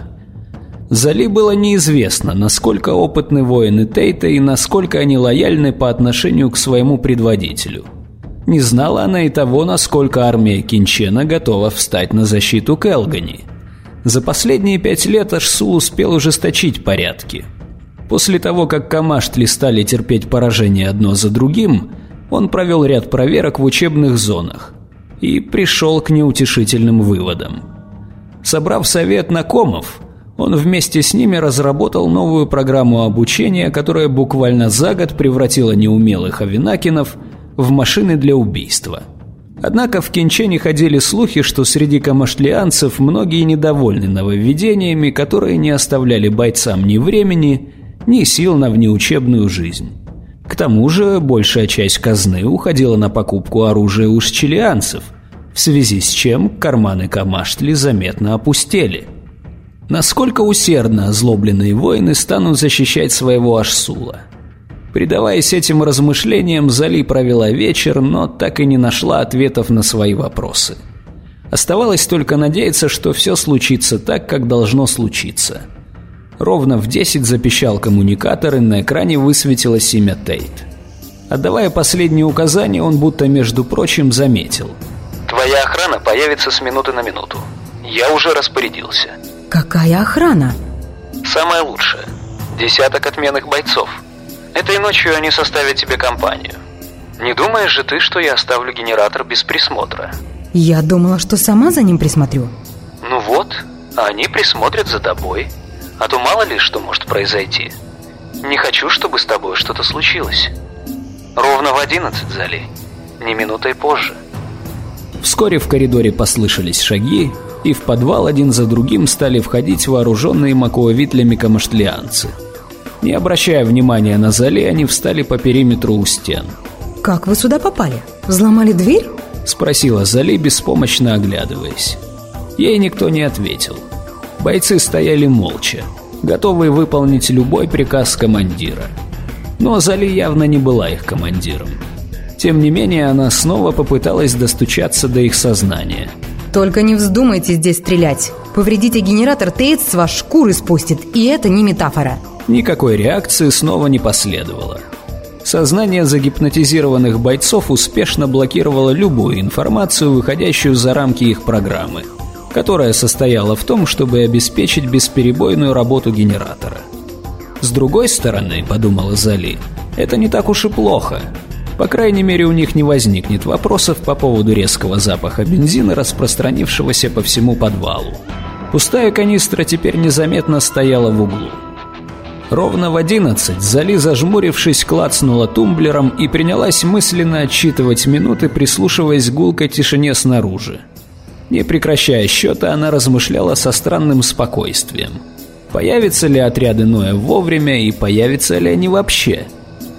Зали было неизвестно, насколько опытны воины Тейта и насколько они лояльны по отношению к своему предводителю. Не знала она и того, насколько армия Кинчена готова встать на защиту Келгани. За последние пять лет Ашсул успел ужесточить порядки. После того, как Камаштли стали терпеть поражение одно за другим, он провел ряд проверок в учебных зонах и пришел к неутешительным выводам. Собрав совет накомов, он вместе с ними разработал новую программу обучения, которая буквально за год превратила неумелых авинакинов в машины для убийства. Однако в Кинчене ходили слухи, что среди камаштлианцев многие недовольны нововведениями, которые не оставляли бойцам ни времени, ни сил на внеучебную жизнь. К тому же большая часть казны уходила на покупку оружия у шчелианцев, в связи с чем карманы Камаштли заметно опустели. Насколько усердно озлобленные воины станут защищать своего Ашсула? Предаваясь этим размышлениям, Зали провела вечер, но так и не нашла ответов на свои вопросы. Оставалось только надеяться, что все случится так, как должно случиться. Ровно в десять запищал коммуникатор, и на экране высветилось имя Тейт. Отдавая последние указания, он будто между прочим заметил: «Твоя охрана появится с минуты на минуту. Я уже распорядился». «Какая охрана?» «Самая лучшая. Десяток отменных бойцов. Этой ночью они составят тебе компанию. Не думаешь же ты, что я оставлю генератор без присмотра?» «Я думала, что сама за ним присмотрю». «Ну вот, они присмотрят за тобой. А то мало ли что может произойти. Не хочу, чтобы с тобой что-то случилось. Ровно в одиннадцать, Зали. Не минутой позже». Вскоре в коридоре послышались шаги, и в подвал один за другим стали входить вооруженные макуавитлями камаштлианцы. Не обращая внимания на Зали, они встали по периметру у стен. «Как вы сюда попали? Взломали дверь?» — спросила Зали, беспомощно оглядываясь. Ей никто не ответил. Бойцы стояли молча, готовые выполнить любой приказ командира. Но Зали явно не была их командиром. Тем не менее, она снова попыталась достучаться до их сознания. «Только не вздумайте здесь стрелять. Повредите генератор, Тейт с вас шкуры спустит, и это не метафора». Никакой реакции снова не последовало. Сознание загипнотизированных бойцов успешно блокировало любую информацию, выходящую за рамки их программы, которая состояла в том, чтобы обеспечить бесперебойную работу генератора. С другой стороны, подумала Зали, это не так уж и плохо. По крайней мере, у них не возникнет вопросов по поводу резкого запаха бензина, распространившегося по всему подвалу. Пустая канистра теперь незаметно стояла в углу. Ровно в одиннадцать Зали, зажмурившись, клацнула тумблером и принялась мысленно отсчитывать минуты, прислушиваясь к гулкой тишине снаружи. Не прекращая счета, она размышляла со странным спокойствием. Появятся ли отряды Ноэ вовремя и появятся ли они вообще?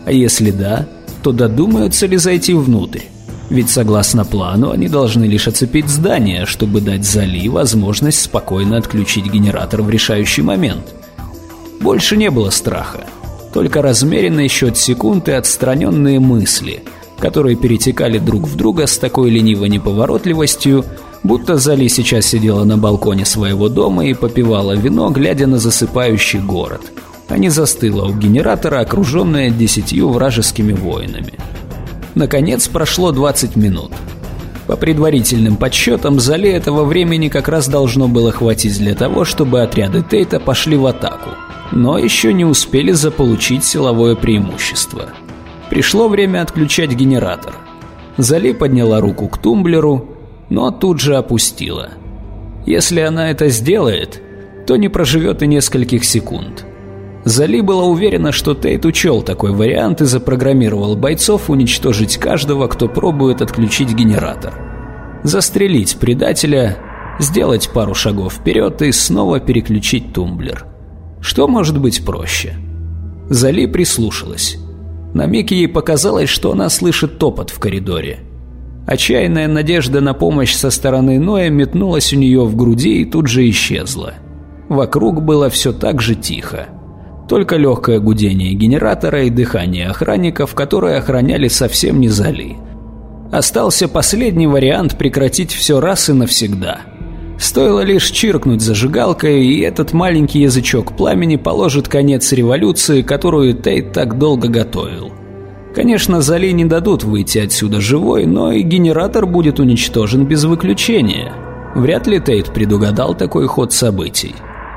А если да, то додумаются ли зайти внутрь? Ведь согласно плану они должны лишь оцепить здание, чтобы дать Зали возможность спокойно отключить генератор в решающий момент. Больше не было страха, только размеренный счет секунд и отстраненные мысли, которые перетекали друг в друга с такой ленивой неповоротливостью, будто Зали сейчас сидела на балконе своего дома и попивала вино, глядя на засыпающий город, а не застыла у генератора, окруженная десятью вражескими воинами. Наконец прошло двадцать минут. По предварительным подсчетам, Зали этого времени как раз должно было хватить для того, чтобы отряды Тейта пошли в атаку, но еще не успели заполучить силовое преимущество. Пришло время отключать генератор. Зали подняла руку к тумблеру, но тут же опустила. Если она это сделает, то не проживет и нескольких секунд. Зали была уверена, что Тейт учел такой вариант и запрограммировал бойцов уничтожить каждого, кто пробует отключить генератор. Застрелить предателя, сделать пару шагов вперед и снова переключить тумблер. Что может быть проще? Зали прислушалась. На миг ей показалось, что она слышит топот в коридоре. Отчаянная надежда на помощь со стороны Ноя метнулась у нее в груди и тут же исчезла. Вокруг было все так же тихо. Только легкое гудение генератора и дыхание охранников, которые охраняли совсем не Зали. Остался последний вариант прекратить все раз и навсегда. Стоило лишь чиркнуть зажигалкой, и этот маленький язычок пламени положит конец революции, которую Тейт так долго готовил. Конечно, Зали не дадут выйти отсюда живой, но и генератор будет уничтожен без выключения. Вряд ли Тейт предугадал такой ход событий.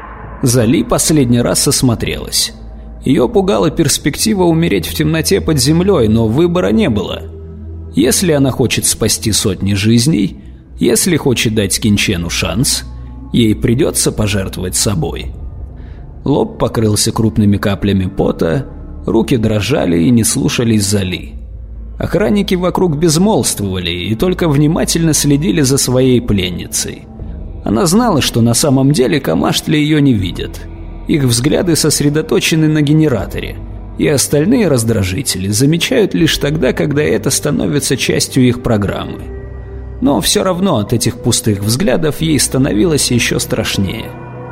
Зали последний раз осмотрелась. Ее пугала перспектива умереть в темноте под землей, но выбора не было. Если она хочет спасти сотни жизней, если хочет дать Кинчену шанс, ей придется пожертвовать собой. Лоб покрылся крупными каплями пота, руки дрожали и не слушались Зали. Охранники вокруг безмолвствовали и только внимательно следили за своей пленницей. Она знала, что на самом деле Камаштли ее не видят. Их взгляды сосредоточены на генераторе, и остальные раздражители замечают лишь тогда, когда это становится частью их программы. Но все равно от этих пустых взглядов ей становилось еще страшнее.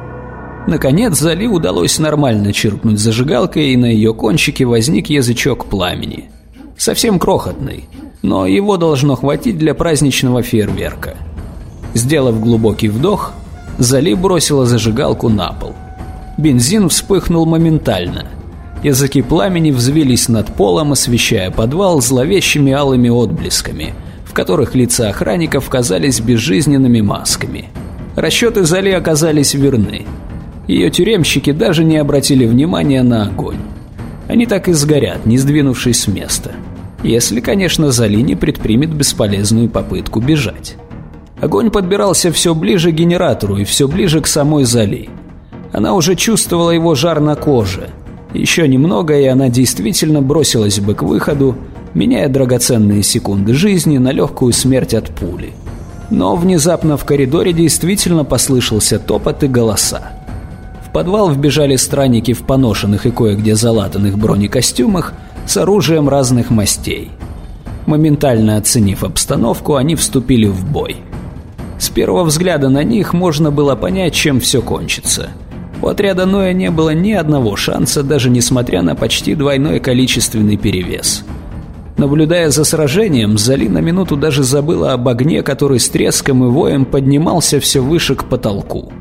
Наконец Зали удалось нормально чиркнуть зажигалкой, и на ее кончике возник язычок пламени. Совсем крохотный, но его должно хватить для праздничного фейерверка. Сделав глубокий вдох, Зали бросила зажигалку на пол. Бензин вспыхнул моментально. Языки пламени взвились над полом, освещая подвал зловещими алыми отблесками, в которых лица охранников казались безжизненными масками. Расчеты Зали оказались верны. Ее тюремщики даже не обратили внимания на огонь. Они так и сгорят, не сдвинувшись с места. Если, конечно, Зали не предпримет бесполезную попытку бежать. Огонь подбирался все ближе к генератору и все ближе к самой Зали. Она уже чувствовала его жар на коже. Еще немного, и она действительно бросилась бы к выходу, меняя драгоценные секунды жизни на легкую смерть от пули. Но внезапно в коридоре действительно послышался топот и голоса. В подвал вбежали странники в поношенных и кое-где залатанных бронекостюмах с оружием разных мастей. Моментально оценив обстановку, они вступили в бой. С первого взгляда на них можно было понять, чем все кончится. У отряда Ноя не было ни одного шанса, даже несмотря на почти двойной количественный перевес. Наблюдая за сражением, Зали на минуту даже забыла об огне, который с треском и воем поднимался все выше к потолку.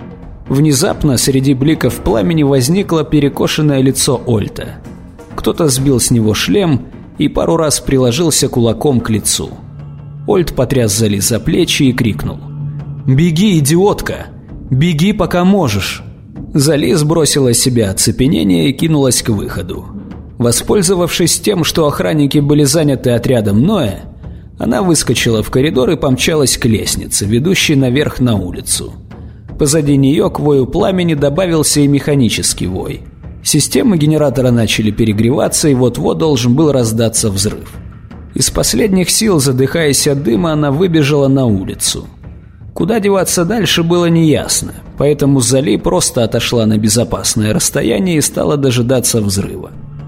Внезапно среди бликов пламени возникло перекошенное лицо Ольта. Кто-то сбил с него шлем и пару раз приложился кулаком к лицу. Ольт потряс Зали за плечи и крикнул: «Беги, идиотка! Беги, пока можешь!» Зали сбросила с себя оцепенение и кинулась к выходу. Воспользовавшись тем, что охранники были заняты отрядом Ноя, она выскочила в коридор и помчалась к лестнице, ведущей наверх на улицу. Позади нее к вою пламени добавился и механический вой. Системы генератора начали перегреваться, и вот-вот должен был раздаться взрыв. Из последних сил, задыхаясь от дыма, она выбежала на улицу. Куда деваться дальше было неясно, поэтому Зали просто отошла на безопасное расстояние и стала дожидаться взрыва.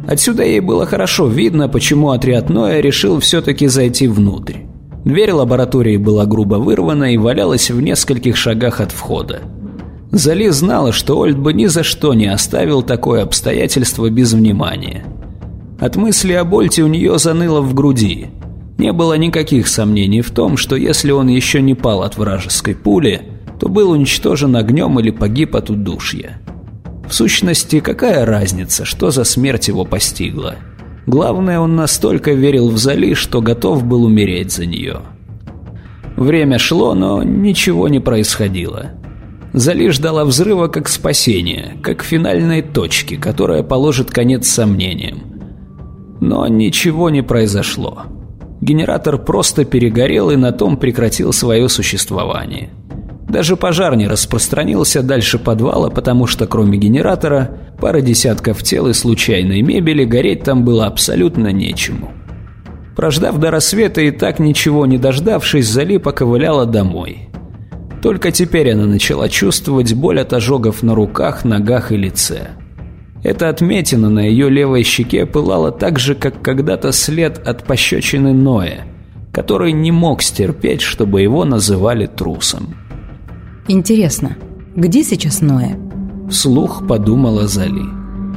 Отсюда ей было хорошо видно, почему отряд Ноя решил все-таки зайти внутрь. Дверь лаборатории была грубо вырвана и валялась в нескольких шагах от входа. Зали знала, что Ольд бы ни за что не оставил такое обстоятельство без внимания. От мысли о Больте у нее заныло в груди. Не было никаких сомнений в том, что если он еще не пал от вражеской пули, то был уничтожен огнем или погиб от удушья. В сущности, какая разница, что за смерть его постигла? Главное, он настолько верил в Зали, что готов был умереть за нее. Время шло, но ничего не происходило. Зали ждала взрыва как спасения, как финальной точки, которая положит конец сомнениям. Но ничего не произошло. Генератор просто перегорел и на том прекратил свое существование. Даже пожар не распространился дальше подвала, потому что кроме генератора, пары десятков тел и случайной мебели гореть там было абсолютно нечему. Прождав до рассвета и так ничего не дождавшись, Зали поковыляла домой. Только теперь она начала чувствовать боль от ожогов на руках, ногах и лице. Эта отметина на ее левой щеке пылала так же, как когда-то след от пощечины Ноя, который не мог стерпеть, чтобы его называли трусом. Интересно, где сейчас Ноя? Вслух подумала Зали.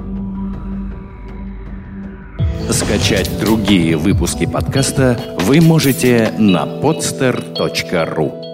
Скачать другие выпуски подкаста вы можете на podster точка ру.